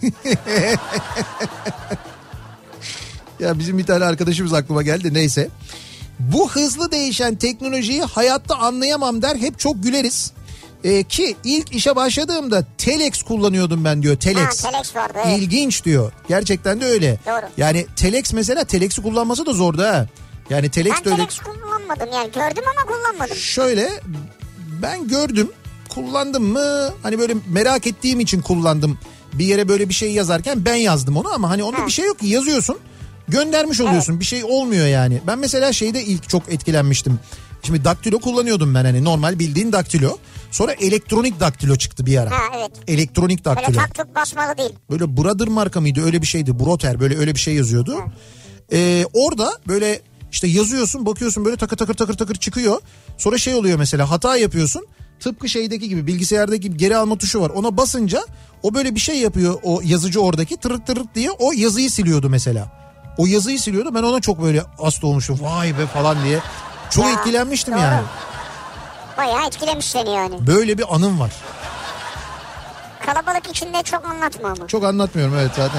ya bizim bir tane arkadaşımız aklıma geldi, neyse. Bu hızlı değişen teknolojiyi hayatta anlayamam der, hep çok güleriz. Ki ilk işe başladığımda telex kullanıyordum ben diyor. Telex. Ha, telex vardı, evet. İlginç diyor. Gerçekten de öyle. Doğru. Yani telex mesela, telex'i kullanması da zordu ha. Yani telex Ben de öyle. telex kullanmadım yani, gördüm ama kullanmadım. Şöyle, ben gördüm, kullandım mı? Hani böyle merak ettiğim için kullandım. Bir yere böyle bir şey yazarken ben yazdım onu ama hani onda bir şey yok ki, yazıyorsun. Göndermiş oluyorsun. Evet. Bir şey olmuyor yani. Ben mesela şeyde ilk çok etkilenmiştim. Şimdi daktilo kullanıyordum ben, hani normal bildiğin daktilo. Sonra elektronik daktilo çıktı bir ara. Ha, evet. Elektronik daktilo. Böyle taktık basmalı değil. Böyle Brother marka mıydı, öyle bir şeydi. Broter, böyle öyle bir şey yazıyordu. Orada böyle işte yazıyorsun, bakıyorsun böyle takır takır takır takır çıkıyor. Sonra şey oluyor mesela, hata yapıyorsun. Tıpkı şeydeki gibi, bilgisayardaki gibi geri alma tuşu var. Ona basınca o böyle bir şey yapıyor, o yazıcı oradaki tırırt tırırt diye o yazıyı siliyordu mesela. O yazıyı siliyordu, ben ona çok böyle hasta olmuşum, vay be falan diye. Çok etkilenmiştim doğru. yani. Bayağı etkilemiş seni yani. Böyle bir anım var. Kalabalık içinde çok anlatma ama. Çok anlatmıyorum, evet zaten.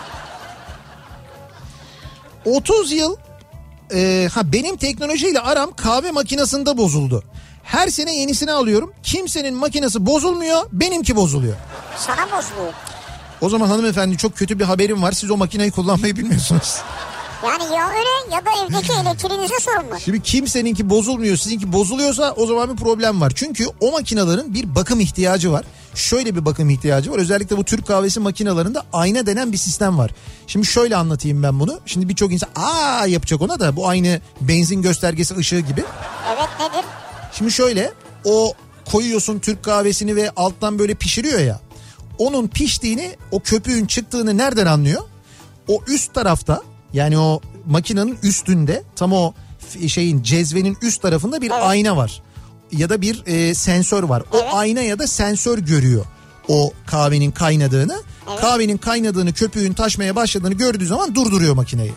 30 yıl benim teknolojiyle aram kahve makinesinde bozuldu. Her sene yenisini alıyorum. Kimsenin makinesi bozulmuyor, benimki bozuluyor. Sana bozuluyor. O zaman hanımefendi, çok kötü bir haberim var. Siz o makineyi kullanmayı bilmiyorsunuz. Yani ya öyle ya da evdeki elektriğinize sorun var. Şimdi kimseninki bozulmuyor, sizinki bozuluyorsa o zaman bir problem var. Çünkü o makinelerin bir bakım ihtiyacı var. Şöyle bir bakım ihtiyacı var. Özellikle bu Türk kahvesi makinelerinde ayna denen bir sistem var. Şimdi şöyle anlatayım ben bunu. Şimdi birçok insan yapacak ona da, bu aynı benzin göstergesi ışığı gibi. Evet, nedir? Şimdi şöyle, o koyuyorsun Türk kahvesini ve alttan böyle pişiriyor ya. Onun piştiğini, o köpüğün çıktığını nereden anlıyor? O üst tarafta, yani o makinenin üstünde, tam o şeyin, cezvenin üst tarafında bir ayna var. Ya da bir sensör var. O ayna ya da sensör görüyor o kahvenin kaynadığını. Evet. Kahvenin kaynadığını, köpüğün taşmaya başladığını gördüğü zaman durduruyor makineyi.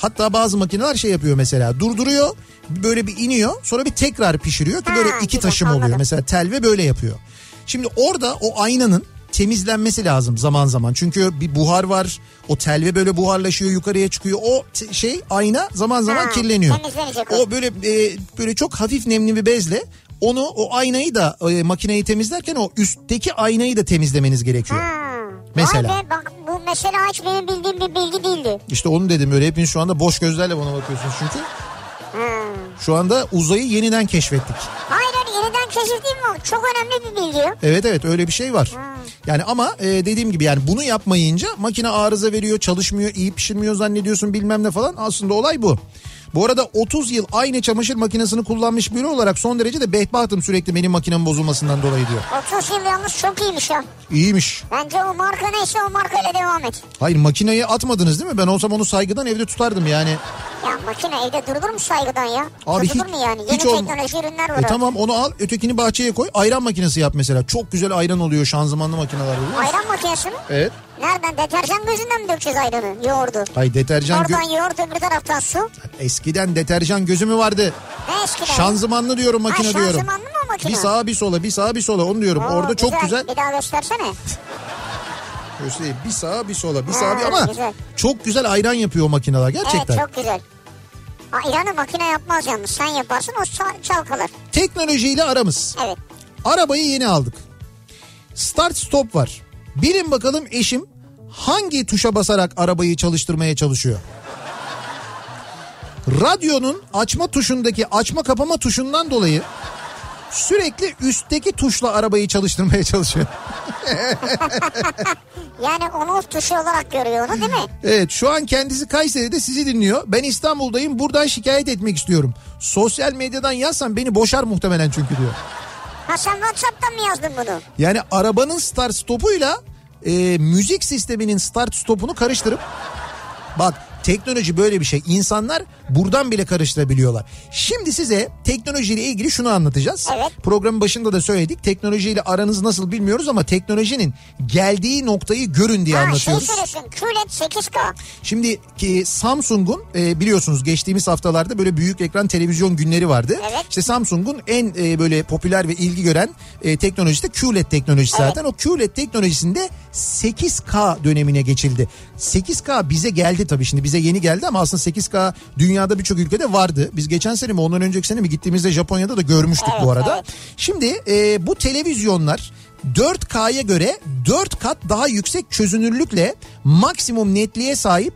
Hatta bazı makineler şey yapıyor mesela, durduruyor, böyle bir iniyor, sonra bir tekrar pişiriyor ki böyle iki taşım oluyor. Anladım. Mesela telve böyle yapıyor. Şimdi orada o aynanın temizlenmesi lazım zaman zaman. Çünkü bir buhar var. O telve böyle buharlaşıyor, yukarıya çıkıyor. O ayna zaman zaman kirleniyor. O böyle çok hafif nemli bir bezle o aynayı da makineyi temizlerken o üstteki aynayı da temizlemeniz gerekiyor. Mesela. Vay be, bak bu mesela hiç benim bildiğim bir bilgi değildi. İşte onu dedim, öyle hepiniz şu anda boş gözlerle bana bakıyorsunuz çünkü. Şu anda uzayı yeniden keşfettik. Hayır yeniden keşfettiğim mi? Çok önemli bir bilgi. Evet öyle bir şey var. Yani ama dediğim gibi yani bunu yapmayınca makine arıza veriyor, çalışmıyor, iyi pişirmiyor zannediyorsun bilmem ne falan. Aslında olay bu. Bu arada 30 yıl aynı çamaşır makinesini kullanmış biri olarak son derece de bedbahtım sürekli benim makinem bozulmasından dolayı diyor. 30 yıl yalnız çok iyiymiş ya. İyiymiş. Bence o marka neyse o markayla devam et. Hayır, makineyi atmadınız değil mi? Ben olsam onu saygıdan evde tutardım yani. Ya makine evde durulur mu saygıdan ya? Abi tutulur mu yani? Yeni teknoloji ürünler var. Tamam, onu al, ötekini bahçeye koy, ayran makinesi yap mesela. Çok güzel ayran oluyor, şanzımanlı makineler oluyor. Ayran makinesi mi? Evet. Nereden? Deterjan gözünden mi dökeceğiz ayranı? Yoğurdu. Hayır, deterjan... Oradan yoğurt, öbür taraftan su. Eskiden deterjan gözü mü vardı? Ne eskiden? Şanzımanlı diyorum, makine diyorum. Şanzımanlı mı o makine? Bir sağa bir sola, bir sağa bir sola, onu diyorum. Orada güzel. çok güzel. Bir daha göstersene. Göstereyim. Bir sağa bir sola, bir sağa bir, ama güzel. Çok güzel ayran yapıyor o makineler gerçekten. Evet, çok güzel. Ayranı makine yapmaz yalnız. Sen yaparsın, o çalkalar. Teknolojiyle aramız. Evet. Arabayı yeni aldık. Start stop var. Bilin bakalım eşim hangi tuşa basarak arabayı çalıştırmaya çalışıyor? Radyonun açma tuşundaki açma kapama tuşundan dolayı sürekli üstteki tuşla arabayı çalıştırmaya çalışıyor. Yani on off tuşu olarak görüyor onu değil mi? Evet, şu an kendisi Kayseri'de sizi dinliyor. Ben İstanbul'dayım, buradan şikayet etmek istiyorum. Sosyal medyadan yazsam beni boşar muhtemelen çünkü diyor. Ha, sen WhatsApp'tan mı yazdın bunu? Yani arabanın start stopuyla müzik sisteminin start stopunu karıştırıp, bak teknoloji böyle bir şey. İnsanlar buradan bile karıştırabiliyorlar. Şimdi size teknolojiyle ilgili şunu anlatacağız. Evet. Programın başında da söyledik. Teknolojiyle aranız nasıl bilmiyoruz ama teknolojinin geldiği noktayı görün diye anlatıyoruz. Söylüyorsun, QLED 8K. Şimdi Samsung'un biliyorsunuz geçtiğimiz haftalarda böyle büyük ekran televizyon günleri vardı. Evet. İşte Samsung'un en böyle popüler ve ilgi gören teknolojisi de QLED teknolojisi zaten. O QLED teknolojisinde 8K dönemine geçildi. 8K bize geldi tabii, şimdi bize yeni geldi ama aslında 8K dünyada birçok ülkede vardı. Biz geçen sene mi ondan önceki sene mi gittiğimizde Japonya'da da görmüştük bu arada. Evet. Şimdi bu televizyonlar 4K'ya göre 4 kat daha yüksek çözünürlükle maksimum netliğe sahip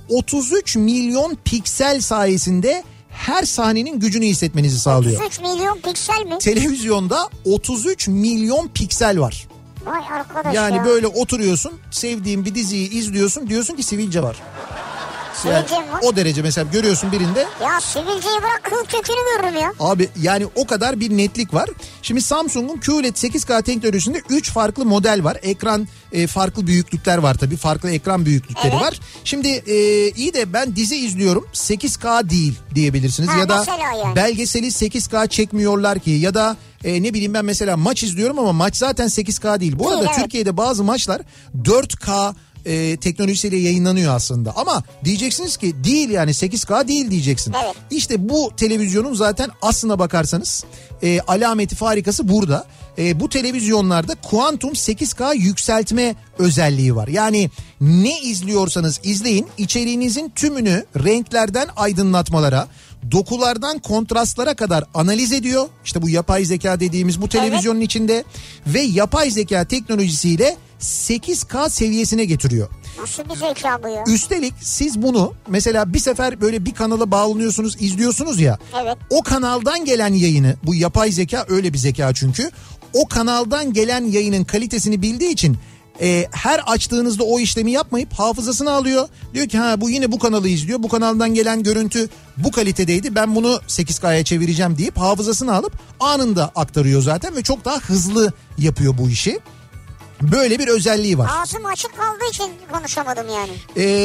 33 milyon piksel sayesinde her sahnenin gücünü hissetmenizi sağlıyor. 33 milyon piksel mi? Televizyonda 33 milyon piksel var. Vay arkadaş yani ya. böyle oturuyorsun, sevdiğin bir diziyi izliyorsun, diyorsun ki sivilce var. Yani o derece mesela görüyorsun birinde. Ya sivilceyi bırak, kıl kökünü görürüm ya. Abi yani o kadar bir netlik var. Şimdi Samsung'un QLED 8K teknolojisinde 3 farklı model var. Ekran farklı büyüklükler var tabii. Farklı ekran büyüklükleri var. Şimdi iyi de ben dizi izliyorum, 8K değil diyebilirsiniz. Ya da yani belgeseli 8K çekmiyorlar ki, ya da ne bileyim ben mesela maç izliyorum ama maç zaten 8K değil. Bu arada Türkiye'de bazı maçlar 4K teknolojisiyle yayınlanıyor aslında. Ama diyeceksiniz ki değil, yani 8K değil diyeceksin. Evet. İşte bu televizyonun zaten aslına bakarsanız alameti farikası burada. Bu televizyonlarda kuantum 8K yükseltme özelliği var. Yani ne izliyorsanız izleyin, içeriğinizin tümünü renklerden aydınlatmalara, dokulardan kontrastlara kadar analiz ediyor. İşte bu yapay zeka dediğimiz bu televizyonun içinde ve yapay zeka teknolojisiyle 8K seviyesine getiriyor. Nasıl bir zeka bu ya? Üstelik siz bunu mesela bir sefer böyle bir kanala bağlanıyorsunuz, izliyorsunuz ya. Evet. O kanaldan gelen yayını, bu yapay zeka öyle bir zeka çünkü. O kanaldan gelen yayının kalitesini bildiği için her açtığınızda o işlemi yapmayıp hafızasını alıyor. Diyor ki bu yine bu kanalı izliyor. Bu kanaldan gelen görüntü bu kalitedeydi. Ben bunu 8K'ya çevireceğim deyip hafızasını alıp anında aktarıyor zaten ve çok daha hızlı yapıyor bu işi. Böyle bir özelliği var. Ağzım açık kaldığı için konuşamadım yani.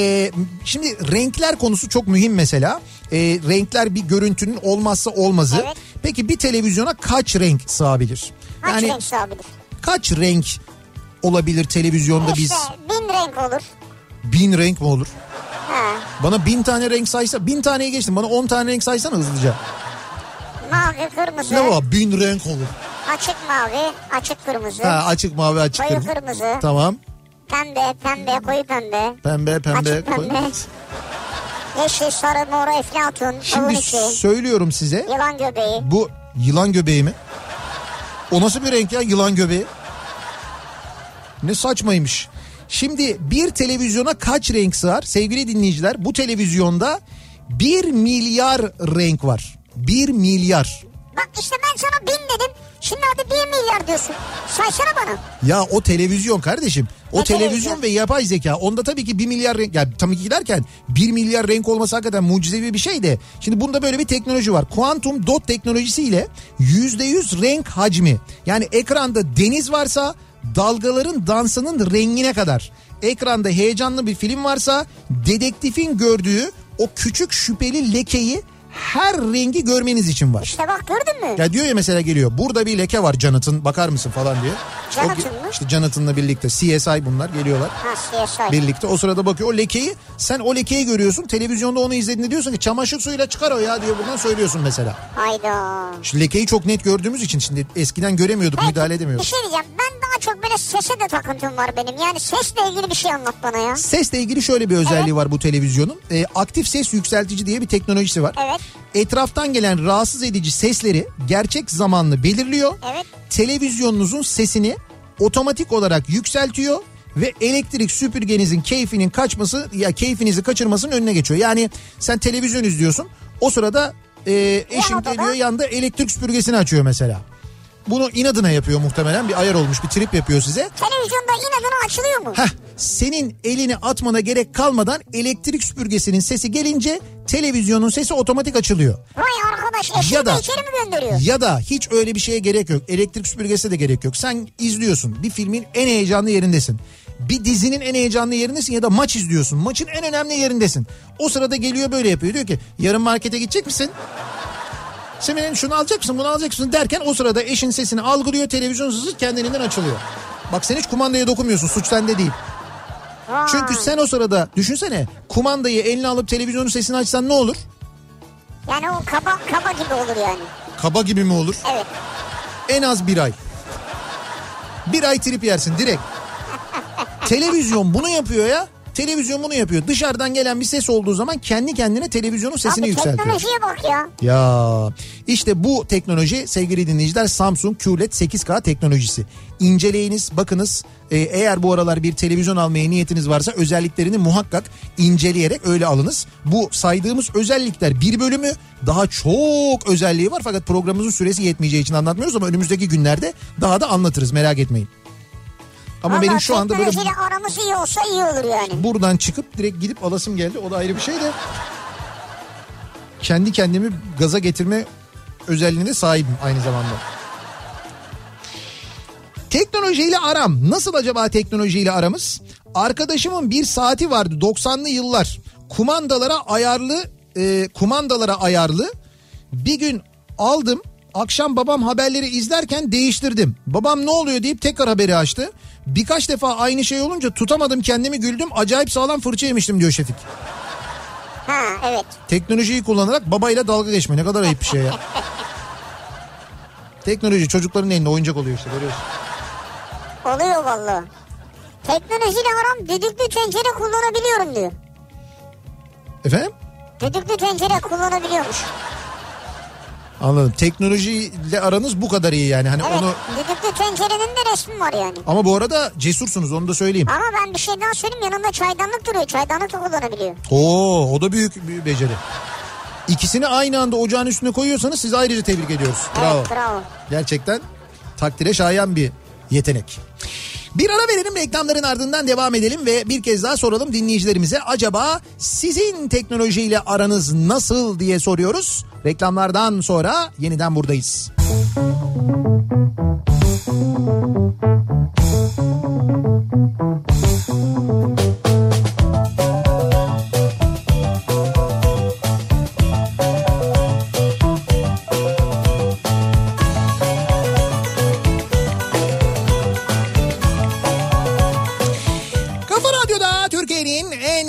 Şimdi renkler konusu çok mühim mesela. Renkler bir görüntünün olmazsa olmazı. Evet. Peki bir televizyona kaç renk sığabilir? Kaç renk sığabilir? Kaç renk olabilir televizyonda İşte biz? 1000 renk olur. 1000 renk mi olur? Ha. Bana 1000 tane renk saysa, 1000 taneyi geçtim. Bana 10 tane renk saysana hızlıca. Mavi, kırmızı. Ne var? 1000 renk olur. Açık mavi, açık kırmızı. Ha, açık mavi, açık koyu kırmızı. kırmızı. Tamam. Pembe, koyu pembe. Pembe, Açık koyu. pembe. Yeşil, sarı, mor, eflatun. Şimdi söylüyorum size. Yılan göbeği. Bu yılan göbeği mi? O nasıl bir renk ya, yılan göbeği? Ne saçmaymış. Şimdi bir televizyona kaç renk sığar? Sevgili dinleyiciler, bu televizyonda 1 milyar renk var. 1 milyar. Bak işte ben sana 1000 dedim. Şimdi hadi 1 milyar diyorsun. Saysana bana. Ya o televizyon kardeşim. O Ne televizyon televizyon? ve yapay zeka. Onda tabii ki 1 milyar renk. Yani tabii ki derken 1 milyar renk olması hakikaten mucizevi bir şey de. Şimdi bunda böyle bir teknoloji var. Kuantum dot teknolojisiyle %100 renk hacmi. Yani ekranda deniz varsa dalgaların dansının rengine kadar. Ekranda heyecanlı bir film varsa dedektifin gördüğü o küçük şüpheli lekeyi her rengi görmeniz için var. İşte bak, gördün mü? Ya diyor ya, mesela geliyor. Burada bir leke var Jonathan, bakar mısın falan diye. Jonathan mı? İşte Jonathan'la birlikte CSI bunlar geliyorlar. Ha, CSI. Birlikte o sırada bakıyor o lekeyi, sen o lekeyi görüyorsun, televizyonda onu izlediğinde diyorsun ki çamaşır suyuyla çıkar o ya diye buradan söylüyorsun mesela. Hayda. İşte lekeyi çok net gördüğümüz için, şimdi eskiden göremiyorduk, Peki, müdahale bir edemiyorduk. şey diyeceğim. Ben daha çok böyle sese de takıntım var benim. Yani sesle ilgili bir şey anlat bana ya. Sesle ilgili şöyle bir özelliği var bu televizyonun. Aktif ses yükseltici diye bir teknolojisi var. Evet. Etraftan gelen rahatsız edici sesleri gerçek zamanlı belirliyor. Evet. Televizyonunuzun sesini otomatik olarak yükseltiyor ve elektrik süpürgenizin keyfinizi kaçırmasının önüne geçiyor. Yani sen televizyon izliyorsun, o sırada eşim geliyor yanında elektrik süpürgesini açıyor mesela. Bunu inadına yapıyor muhtemelen, bir ayar olmuş, bir trip yapıyor size. Televizyonda inadına açılıyor mu? Senin elini atmana gerek kalmadan elektrik süpürgesinin sesi gelince televizyonun sesi otomatik açılıyor. Vay arkadaş, eşini de içeri mi gönderiyor? Ya da hiç öyle bir şeye gerek yok. Elektrik süpürgesi de gerek yok. Sen izliyorsun, bir filmin en heyecanlı yerindesin. Bir dizinin en heyecanlı yerindesin ya da maç izliyorsun. Maçın en önemli yerindesin. O sırada geliyor böyle yapıyor. Diyor ki yarın markete gidecek misin? Sen şunu alacak mısın, bunu alacak mısın derken o sırada eşin sesini algılıyor, televizyon hızlı kendiliğinden açılıyor. Bak sen hiç kumandaya dokunmuyorsun, suç sende değil. Çünkü sen o sırada düşünsene, kumandayı eline alıp televizyonun sesini açsan ne olur? Yani o kaba gibi olur yani. Kaba gibi mi olur? Evet. En az 1 ay. 1 ay trip yersin direkt. Televizyon bunu yapıyor ya. Televizyon bunu yapıyor. Dışarıdan gelen bir ses olduğu zaman kendi kendine televizyonun sesini abi, yükseltiyor. Teknolojiye bak ya. Ya işte bu teknoloji sevgili dinleyiciler, Samsung QLED 8K teknolojisi. İnceleyiniz, bakınız. Eğer bu aralar bir televizyon almaya niyetiniz varsa özelliklerini muhakkak inceleyerek öyle alınız. Bu saydığımız özellikler bir bölümü, daha çok özelliği var fakat programımızın süresi yetmeyeceği için anlatmıyoruz ama önümüzdeki günlerde daha da anlatırız, merak etmeyin. Ama vallahi benim şu anda böyle teknolojiyle aramız iyi olsa iyi olur yani. Buradan çıkıp direkt gidip alasım geldi. O da ayrı bir şey de. Kendi kendimi gaza getirme özelliğine sahibim aynı zamanda. Teknolojiyle aram. Nasıl acaba teknolojiyle aramız? Arkadaşımın bir saati vardı 90'lı yıllar. Kumandalara ayarlı. Bir gün aldım. Akşam babam haberleri izlerken değiştirdim. Babam ne oluyor deyip tekrar haberi açtı. Birkaç defa aynı şey olunca tutamadım kendimi, güldüm. Acayip sağlam fırça yemiştim diyor Şefik. Ha evet. Teknolojiyi kullanarak babayla dalga geçme, ne kadar ayıp bir şey ya. Teknoloji çocukların elinde oyuncak oluyor işte, görüyorsun. Oluyor vallahi. Teknolojiyle aram, düdüklü tencere kullanabiliyorum diyor. Efendim? Düdüklü tencere kullanabiliyormuş. Anladım. Teknolojiyle aranız bu kadar iyi yani. Hani evet, onu... düdüklü tencerenin de resmi var yani. Ama bu arada cesursunuz, onu da söyleyeyim. Ama ben bir şey daha söyleyeyim, yanında çaydanlık duruyor. Çaydanlık da kullanabiliyor. Oo, o da büyük bir beceri. İkisini aynı anda ocağın üstüne koyuyorsanız sizi ayrıca tebrik ediyoruz. Bravo. Evet, bravo. Gerçekten takdire şayan bir yetenek. Bir ara verelim, reklamların ardından devam edelim ve bir kez daha soralım dinleyicilerimize. Acaba sizin teknolojiyle aranız nasıl diye soruyoruz. Reklamlardan sonra yeniden buradayız.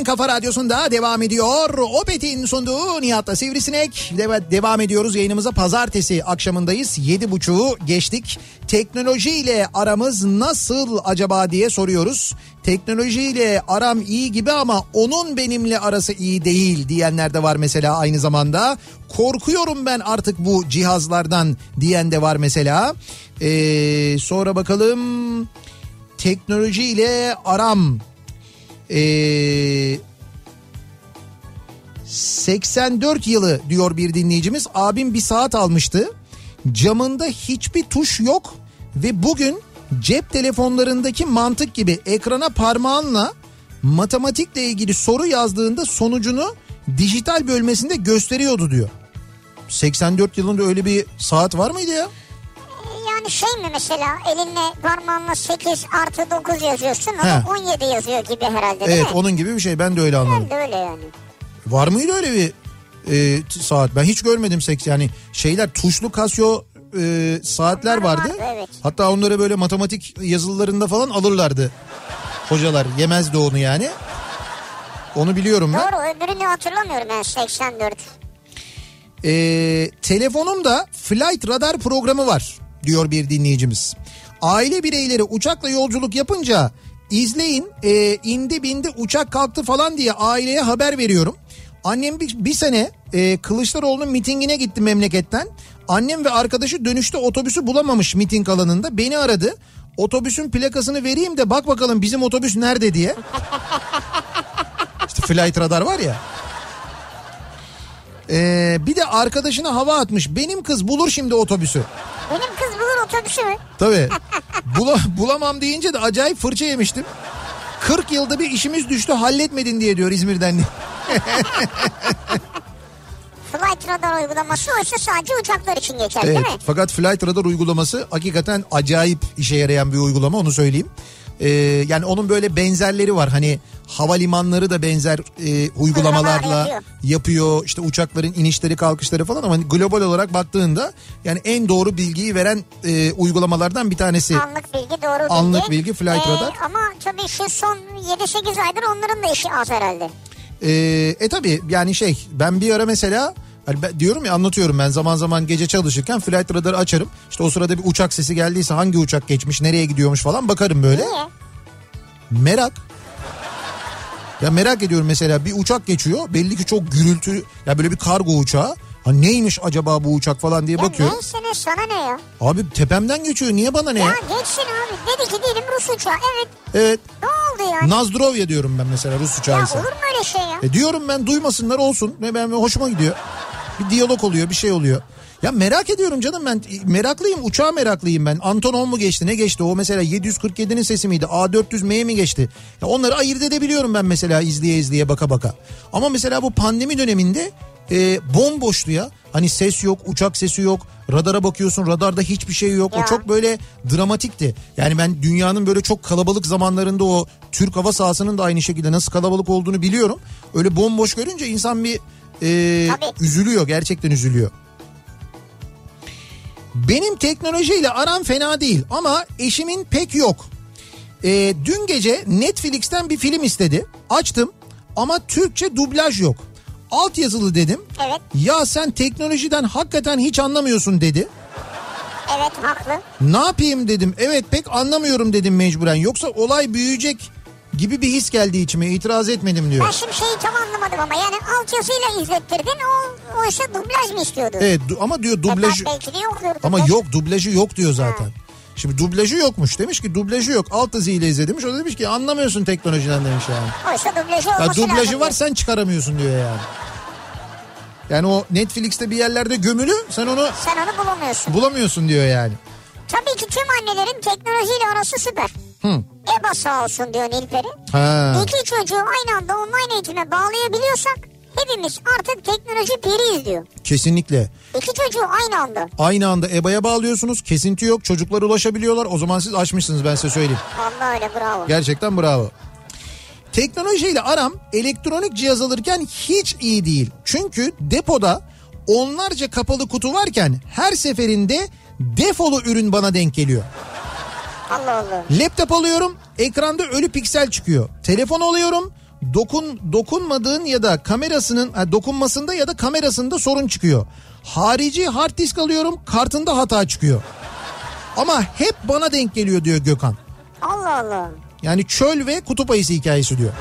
Kafa Radyosu'nda devam ediyor. Opet'in sunduğu Nihat'la Sivrisinek. Devam ediyoruz yayınımıza. Pazartesi akşamındayız. 7.30'u geçtik. Teknolojiyle aramız nasıl acaba diye soruyoruz. Teknolojiyle aram iyi gibi ama onun benimle arası iyi değil diyenler de var mesela aynı zamanda. Korkuyorum ben artık bu cihazlardan diyen de var mesela. Sonra bakalım. Teknolojiyle aram. 84 yılı diyor bir dinleyicimiz. Abim bir saat almıştı. Camında hiçbir tuş yok ve bugün cep telefonlarındaki mantık gibi ekrana parmağınla matematikle ilgili soru yazdığında sonucunu dijital bölmesinde gösteriyordu diyor. 84 yılında öyle bir saat var mıydı ya? Yani şey mi mesela elinle parmağınla 8 artı 9 yazıyorsun ama 17 yazıyor gibi herhalde değil mi? Evet onun gibi bir şey, ben de öyle anladım. Ben de öyle yani. Var mıydı öyle bir saat? Ben hiç görmedim yani şeyler tuşlu Casio saatler vardı. Evet. Hatta onları böyle matematik yazılılarında falan alırlardı. Hocalar yemezdi onu yani. Onu biliyorum ben. Doğru, öbürünü hatırlamıyorum ben 84. Telefonumda Flight Radar programı var diyor bir dinleyicimiz. Aile bireyleri uçakla yolculuk yapınca izleyin indi bindi uçak kalktı falan diye aileye haber veriyorum. Annem bir sene Kılıçdaroğlu'nun mitingine gitti memleketten. Annem ve arkadaşı dönüşte otobüsü bulamamış miting alanında. Beni aradı. Otobüsün plakasını vereyim de bak bakalım bizim otobüs nerede diye. İşte Flight Radar var ya. Bir de arkadaşına hava atmış. Benim kız bulur şimdi otobüsü. Benim kız bulur otobüsü mü? Tabii. Bulamam deyince de acayip fırça yemiştim. 40 yılda bir işimiz düştü halletmedin diye diyor İzmir'den. Flight Radar uygulaması oysa sadece uçaklar için geçer değil mi? Fakat Flight Radar uygulaması hakikaten acayip işe yarayan bir uygulama, onu söyleyeyim. Yani onun böyle benzerleri var. Hani havalimanları da benzer uygulamalarla yapıyor. İşte uçakların inişleri kalkışları falan ama hani global olarak baktığında yani en doğru bilgiyi veren uygulamalardan bir tanesi. Anlık bilgi, doğru bilgi. Anlık bilgi Flight Radar. Ama tabii şu son 7-8 aydır onların da işi az herhalde. Tabii yani ben bir ara mesela hani diyorum ya, anlatıyorum ben zaman zaman gece çalışırken Flight Radar'ı açarım. İşte o sırada bir uçak sesi geldiyse hangi uçak geçmiş, nereye gidiyormuş falan bakarım böyle. Niye? Merak. Ya merak ediyorum, mesela bir uçak geçiyor belli ki çok gürültü ya, böyle bir kargo uçağı. Ha neymiş acaba bu uçak falan diye bakıyorum. Ya neyse ne, sana ne ya? Abi tepemden geçiyor, niye bana ne ya? Ya geçsin abi, dedi ki diyelim Rus uçağı, evet. Evet. Ne oldu yani? Nazdrovya diyorum ben mesela Rus uçağıysa. Ya olur mu öyle şey ya? Diyorum ben, duymasınlar olsun. Ben hoşuma gidiyor. Bir diyalog oluyor, bir şey oluyor. Ya merak ediyorum canım, ben meraklıyım, uçağa meraklıyım ben. Antonov mu geçti, ne geçti o mesela, 747'nin sesi miydi, A400M mi geçti? Ya onları ayırt edebiliyorum ben mesela izleye baka baka. Ama mesela bu pandemi döneminde bomboştu ya. Hani ses yok, uçak sesi yok. Radara bakıyorsun, radarda hiçbir şey yok. Ya. O çok böyle dramatikti. Yani ben dünyanın böyle çok kalabalık zamanlarında o Türk hava sahasının da aynı şekilde nasıl kalabalık olduğunu biliyorum. Öyle bomboş görünce insan bir üzülüyor, gerçekten üzülüyor. Benim teknolojiyle aram fena değil ama eşimin pek yok. Dün gece Netflix'ten bir film istedi. Açtım ama Türkçe dublaj yok. Altyazılı dedim. Evet. Ya sen teknolojiden hakikaten hiç anlamıyorsun dedi. Evet, haklı. Ne yapayım dedim. Evet, pek anlamıyorum dedim mecburen. Yoksa olay büyüyecek gibi bir his geldi içime. İtiraz etmedim diyor. Ben şimdi şeyi tam anlamadım ama yani altyazıyla izlettirdin, oysa dublaj mı istiyordu? Evet ama diyor dublajı. Belki de yoktur. Ama yok, dublajı yok diyor zaten. Şimdi dublajı yokmuş, demiş ki dublajı yok, altyazıyla izle demiş. O da demiş ki anlamıyorsun teknolojiden demiş yani. Oysa dublajı olması lazım. Dublajı var, sen çıkaramıyorsun diyor yani. Yani o Netflix'te bir yerlerde gömülü, sen onu bulamıyorsun diyor yani. Tabii ki tüm annelerin teknolojiyle arası süper. EBA sağ olsun diyor Nilperi. İki çocuğu aynı anda online eğitime bağlayabiliyorsak hepimiz artık teknoloji piriyiz diyor. Kesinlikle. İki çocuğu aynı anda. Aynı anda EBA'ya bağlıyorsunuz, kesinti yok, çocuklar ulaşabiliyorlar, o zaman siz aşmışsınız, ben size söyleyeyim. Vallahi öyle, bravo. Gerçekten bravo. Teknolojiyle aram elektronik cihaz alırken hiç iyi değil. Çünkü depoda onlarca kapalı kutu varken her seferinde defolu ürün bana denk geliyor. Allah Allah. Laptop alıyorum, ekranda ölü piksel çıkıyor. Telefon alıyorum, Dokunmadığın ya da dokunmasında ya da kamerasında sorun çıkıyor. Harici hard disk alıyorum, kartında hata çıkıyor. Ama hep bana denk geliyor diyor Gökhan. Allah Allah. Yani çöl ve kutup ayısı hikayesi diyor.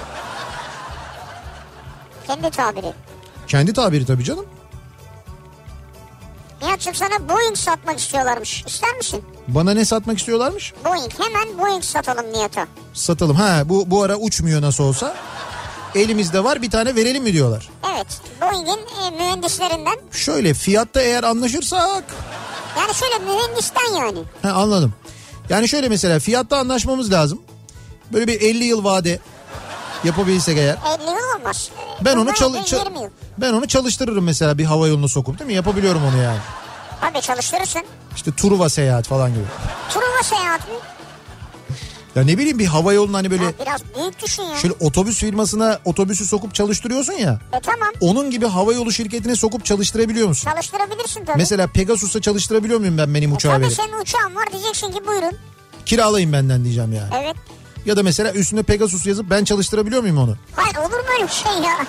Kendi tabiri. Kendi tabiri tabii canım. Nihat'cığım sana Boeing satmak istiyorlarmış. İster misin? Bana ne satmak istiyorlarmış? Boeing. Hemen Boeing satalım Nihat'a. Satalım. Ha bu ara uçmuyor nasıl olsa. Elimizde var, bir tane verelim mi diyorlar. Evet. Boeing'in mühendislerinden. Şöyle fiyatta eğer anlaşırsak. Yani şöyle mühendisten yani. Ha, anladım. Yani şöyle mesela fiyatta anlaşmamız lazım. Böyle bir 50 yıl vade yapabilsek eğer. 50 yıl olmaz. Ben onu çalıştırırım mesela bir hava yolunu sokup, değil mi? Yapabiliyorum onu yani. Abi çalıştırırsın. İşte Truva seyahat falan gibi. Truva seyahat mi? Ya ne bileyim, bir hava yolunu hani böyle. Ya biraz büyük düşün ya. Şöyle otobüs firmasına otobüsü sokup çalıştırıyorsun ya. Tamam. Onun gibi hava yolu şirketine sokup çalıştırabiliyor musun? Çalıştırabilirsin tabii. Mesela Pegasus'a çalıştırabiliyor muyum ben benim uçağı verip? Tabii senin uçağın var, diyeceksin ki buyurun. Kiralayın benden diyeceğim yani. Evet. Ya da mesela üstüne Pegasus yazıp ben çalıştırabiliyor muyum onu? Hayır, olur mu öyle bir şey ya?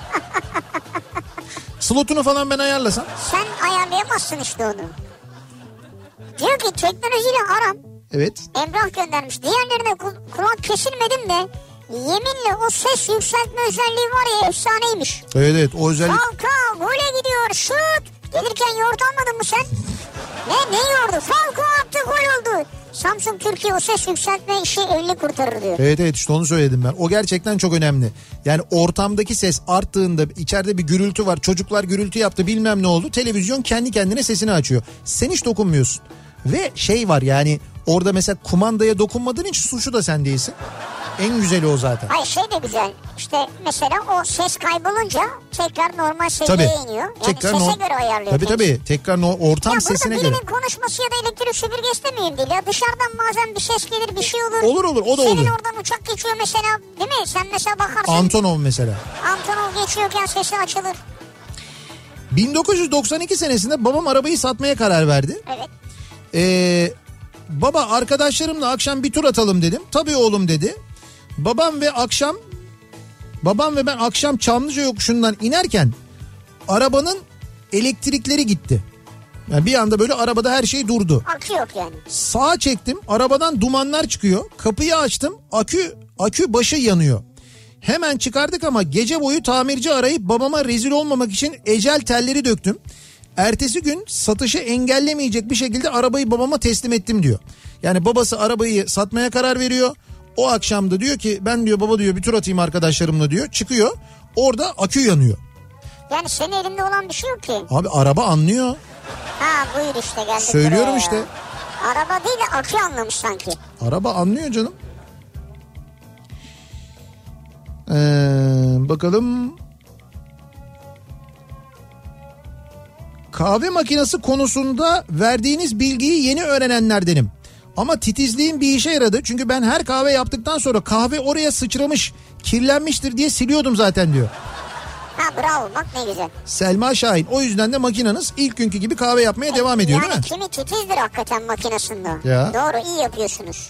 Slotunu falan ben ayarlasam. Sen ayarlayamazsın işte onu. Diyor ki teknolojiyle aram. Evet. Emrah göndermiş. Diğerlerine kulak kesilmedim de yeminle o ses yükseltme özelliği var ya, efsaneymiş. Evet o özellik. Falcao gole gidiyor, şut. Gelirken yoğurt almadın mı sen? Ne yoğurdu? Falcao attı, gol oldu. Samsung Türkiye o ses yükseltme işi elini kurtarır diyor. Evet işte onu söyledim ben. O gerçekten çok önemli. Yani ortamdaki ses arttığında, içeride bir gürültü var. Çocuklar gürültü yaptı, bilmem ne oldu. Televizyon kendi kendine sesini açıyor. Sen hiç dokunmuyorsun. Ve şey var yani, orada mesela kumandaya dokunmadığın için suçu da sen değilsin. En güzeli o zaten. Hayır, şey de güzel. İşte mesela o ses kaybolunca tekrar normal seviyeye iniyor. Yani tekrar sese göre ayarlıyor. Tabii. Tekrar ortam sesine göre. Ya burada birinin konuşması ya da elektrik süpürgesi de mühim değil. Ya dışarıdan bazen bir ses gelir, bir şey olur. Olur o da olur. Senin oradan uçak geçiyor mesela, değil mi? Sen mesela bakarsın. Antonov mesela. Antonov geçiyorken sesi açılır. 1992 senesinde babam arabayı satmaya karar verdi. Evet. Baba arkadaşlarımla akşam bir tur atalım dedim. Tabii oğlum dedi. Babam ve ben akşam Çamlıca yokuşundan inerken arabanın elektrikleri gitti. Yani bir anda böyle arabada her şey durdu. Akü yok yani. Sağa çektim, arabadan dumanlar çıkıyor. Kapıyı açtım, akü başı yanıyor. Hemen çıkardık ama gece boyu tamirci arayıp babama rezil olmamak için ecel telleri döktüm. Ertesi gün satışı engellemeyecek bir şekilde arabayı babama teslim ettim diyor. Yani babası arabayı satmaya karar veriyor. O akşam da diyor ki ben diyor baba diyor bir tur atayım arkadaşlarımla diyor. Çıkıyor, orada akü yanıyor. Yani senin elinde olan bir şey yok ki. Abi araba anlıyor. Ha buyur işte, geldik. Söylüyorum işte. Araba değil de akü anlamış sanki. Araba anlıyor canım. Bakalım. Kahve makinesi konusunda verdiğiniz bilgiyi yeni öğrenenlerdenim. Ama titizliğim bir işe yaradı. Çünkü ben her kahve yaptıktan sonra kahve oraya sıçramış, kirlenmiştir diye siliyordum zaten diyor. Ha bravo, bak ne güzel. Selma Şahin. O yüzden de makinanız ilk günkü gibi kahve yapmaya devam ediyor, yani değil mi? kimi titizdir hakikaten makinesinde. Ya. Doğru, iyi yapıyorsunuz.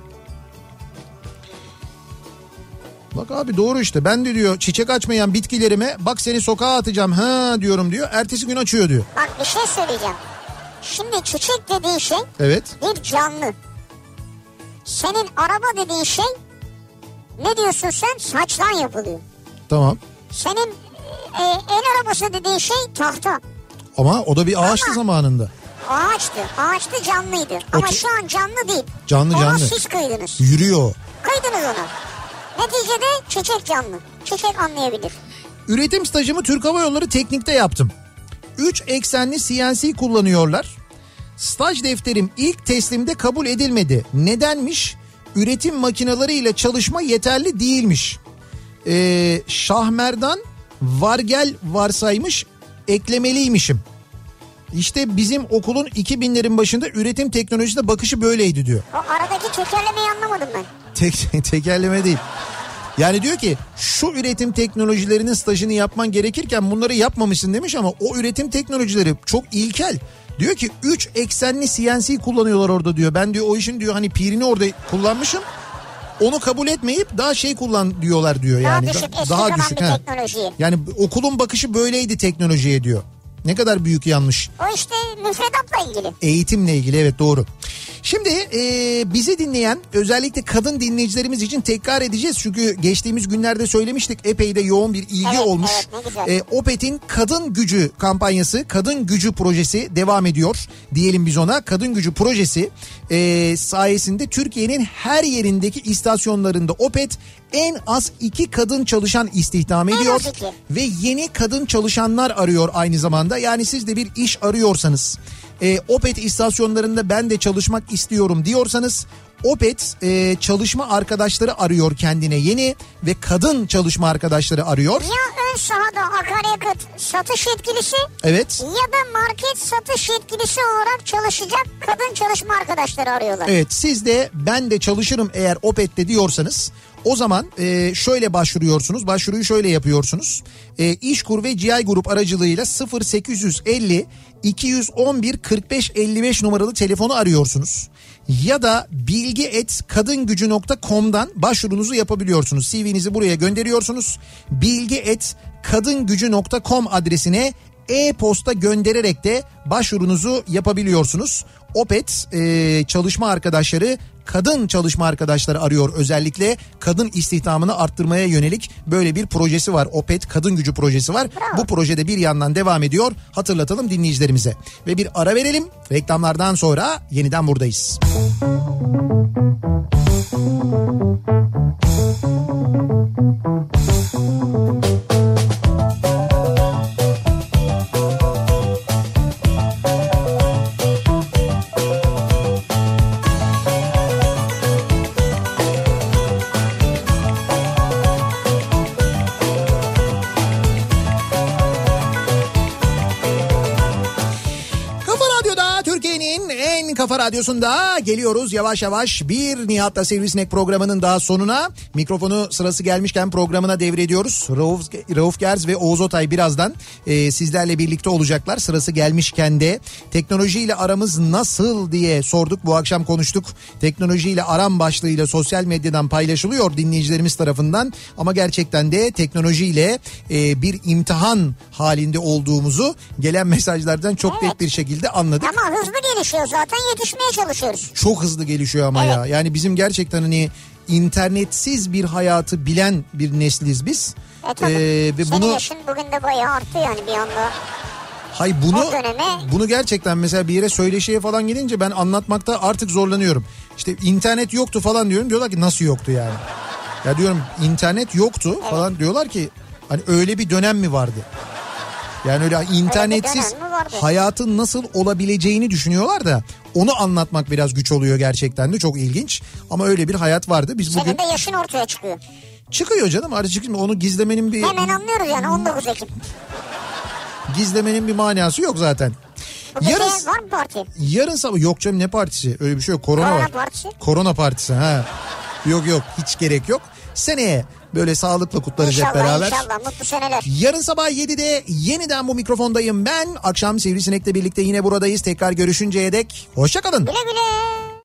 Bak abi doğru işte. Ben de diyor çiçek açmayan bitkilerime bak seni sokağa atacağım diyorum diyor. Ertesi gün açıyor diyor. Bak bir şey söyleyeceğim. Şimdi çiçek dediğin şey evet. bir canlı. Senin araba dediğin şey, ne diyorsun sen? Saçtan yapılıyor. Tamam. Senin el arabası dediğin şey tahta. Ama o da bir ağaçtı zamanında. Ağaçtı, canlıydı. Ama şu an canlı değil. Canlı. Ona siz kıydınız. Yürüyor. Kıydınız ona. Neticede çiçek canlı. Çiçek anlayabilir. Üretim stajımı Türk Hava Yolları Teknik'te yaptım. 3 eksenli CNC kullanıyorlar. Staj defterim ilk teslimde kabul edilmedi. Nedenmiş? Üretim makineleriyle çalışma yeterli değilmiş. Şahmerdan vargel varsaymış, eklemeliymişim. İşte bizim okulun 2000'lerin başında üretim teknolojisine bakışı böyleydi diyor. O aradaki tekerlemeyi anlamadım ben. Tekerleme değil. Yani diyor ki şu üretim teknolojilerinin stajını yapman gerekirken bunları yapmamışsın demiş ama o üretim teknolojileri çok ilkel. Diyor ki 3 eksenli CNC kullanıyorlar orada diyor. Ben diyor o işin diyor hani pirini orada kullanmışım. Onu kabul etmeyip daha şey kullan diyorlar diyor yani. Daha düşük, eski daha kalan düşük. bir Ha. teknolojiyi. Yani okulun bakışı böyleydi teknolojiye diyor. Ne kadar büyük yanlış. O işte müfredatla ilgili. Eğitimle ilgili, evet, doğru. Şimdi bizi dinleyen özellikle kadın dinleyicilerimiz için tekrar edeceğiz. Çünkü geçtiğimiz günlerde söylemiştik, epey de yoğun bir ilgi Evet, olmuş. evet, ne güzel. Opet'in Kadın Gücü kampanyası, Kadın Gücü projesi devam ediyor diyelim biz ona. Kadın Gücü projesi sayesinde Türkiye'nin her yerindeki istasyonlarında Opet en az 2 kadın çalışan istihdam ediyor. az 2. Ve yeni kadın çalışanlar arıyor aynı zamanda. Yani siz de bir iş arıyorsanız, Opet istasyonlarında ben de çalışmak istiyorum diyorsanız, Opet çalışma arkadaşları arıyor kendine yeni ve kadın çalışma arkadaşları arıyor. Ya ön sahada akaryakıt satış yetkilisi, Evet. ya da market satış yetkilisi olarak çalışacak kadın çalışma arkadaşları arıyorlar. Evet, siz de ben de çalışırım eğer Opet'te diyorsanız, o zaman şöyle başvuruyorsunuz. Başvuruyu şöyle yapıyorsunuz. İşkur ve GI Grup aracılığıyla 0850 211 45 55 numaralı telefonu arıyorsunuz. Ya da bilgi@kadingücü.com'dan başvurunuzu yapabiliyorsunuz. CV'nizi buraya gönderiyorsunuz. bilgi@kadingücü.com adresine e-posta göndererek de başvurunuzu yapabiliyorsunuz. Opet çalışma arkadaşları, kadın çalışma arkadaşları arıyor. Özellikle kadın istihdamını arttırmaya yönelik böyle bir projesi var. Opet Kadın Gücü projesi var. Bu projede bir yandan devam ediyor. Hatırlatalım dinleyicilerimize. Ve bir ara verelim. Reklamlardan sonra yeniden buradayız. Kafa Radyosu'nda geliyoruz yavaş yavaş bir Nihat'la Sivrisinek programının daha sonuna. Mikrofonu sırası gelmişken programına devrediyoruz. Rauf Gerz ve Oğuz Otay birazdan sizlerle birlikte olacaklar. Sırası gelmişken de teknolojiyle aramız nasıl diye sorduk, bu akşam konuştuk. Teknolojiyle aram başlığıyla sosyal medyadan paylaşılıyor dinleyicilerimiz tarafından. Ama gerçekten de teknolojiyle bir imtihan halinde olduğumuzu gelen mesajlardan çok net bir şekilde anladık. Ama hızlı gelişiyor zaten, yetişmeye çalışıyoruz. Çok hızlı gelişiyor ama ya. Yani bizim gerçekten hani internetsiz bir hayatı bilen bir nesliz biz. Ve senin yaşın bugün de bayağı arttı yani bir anda. Hayır, bunu gerçekten mesela bir yere söyleşiye falan gidince ben anlatmakta artık zorlanıyorum. İşte internet yoktu falan diyorum, diyorlar ki nasıl yoktu yani? Ya diyorum internet yoktu falan, diyorlar ki hani öyle bir dönem mi vardı? Yani öyle internetsiz hayatın nasıl olabileceğini düşünüyorlar da onu anlatmak biraz güç oluyor gerçekten de, çok ilginç. Ama öyle bir hayat vardı. Biz bugün... Senin de yaşın ortaya çıkıyor. Çıkıyor canım, artık çıkıyor. Onu gizlemenin bir... Hemen anlıyoruz yani, 19 Ekim. Gizlemenin bir manası yok zaten. Yarın var mı parti? Yarın sabah yok canım, ne partisi? Öyle bir şey yok. Korona var. Partisi. Korona partisi ha. Yok hiç gerek yok. Seneye böyle sağlıkla kutlarız hep beraber. İnşallah mutlu seneler. Yarın sabah 7'de yeniden bu mikrofondayım ben. Akşam Sivrisinek'le birlikte yine buradayız. Tekrar görüşünceye dek hoşça kalın. Güle güle.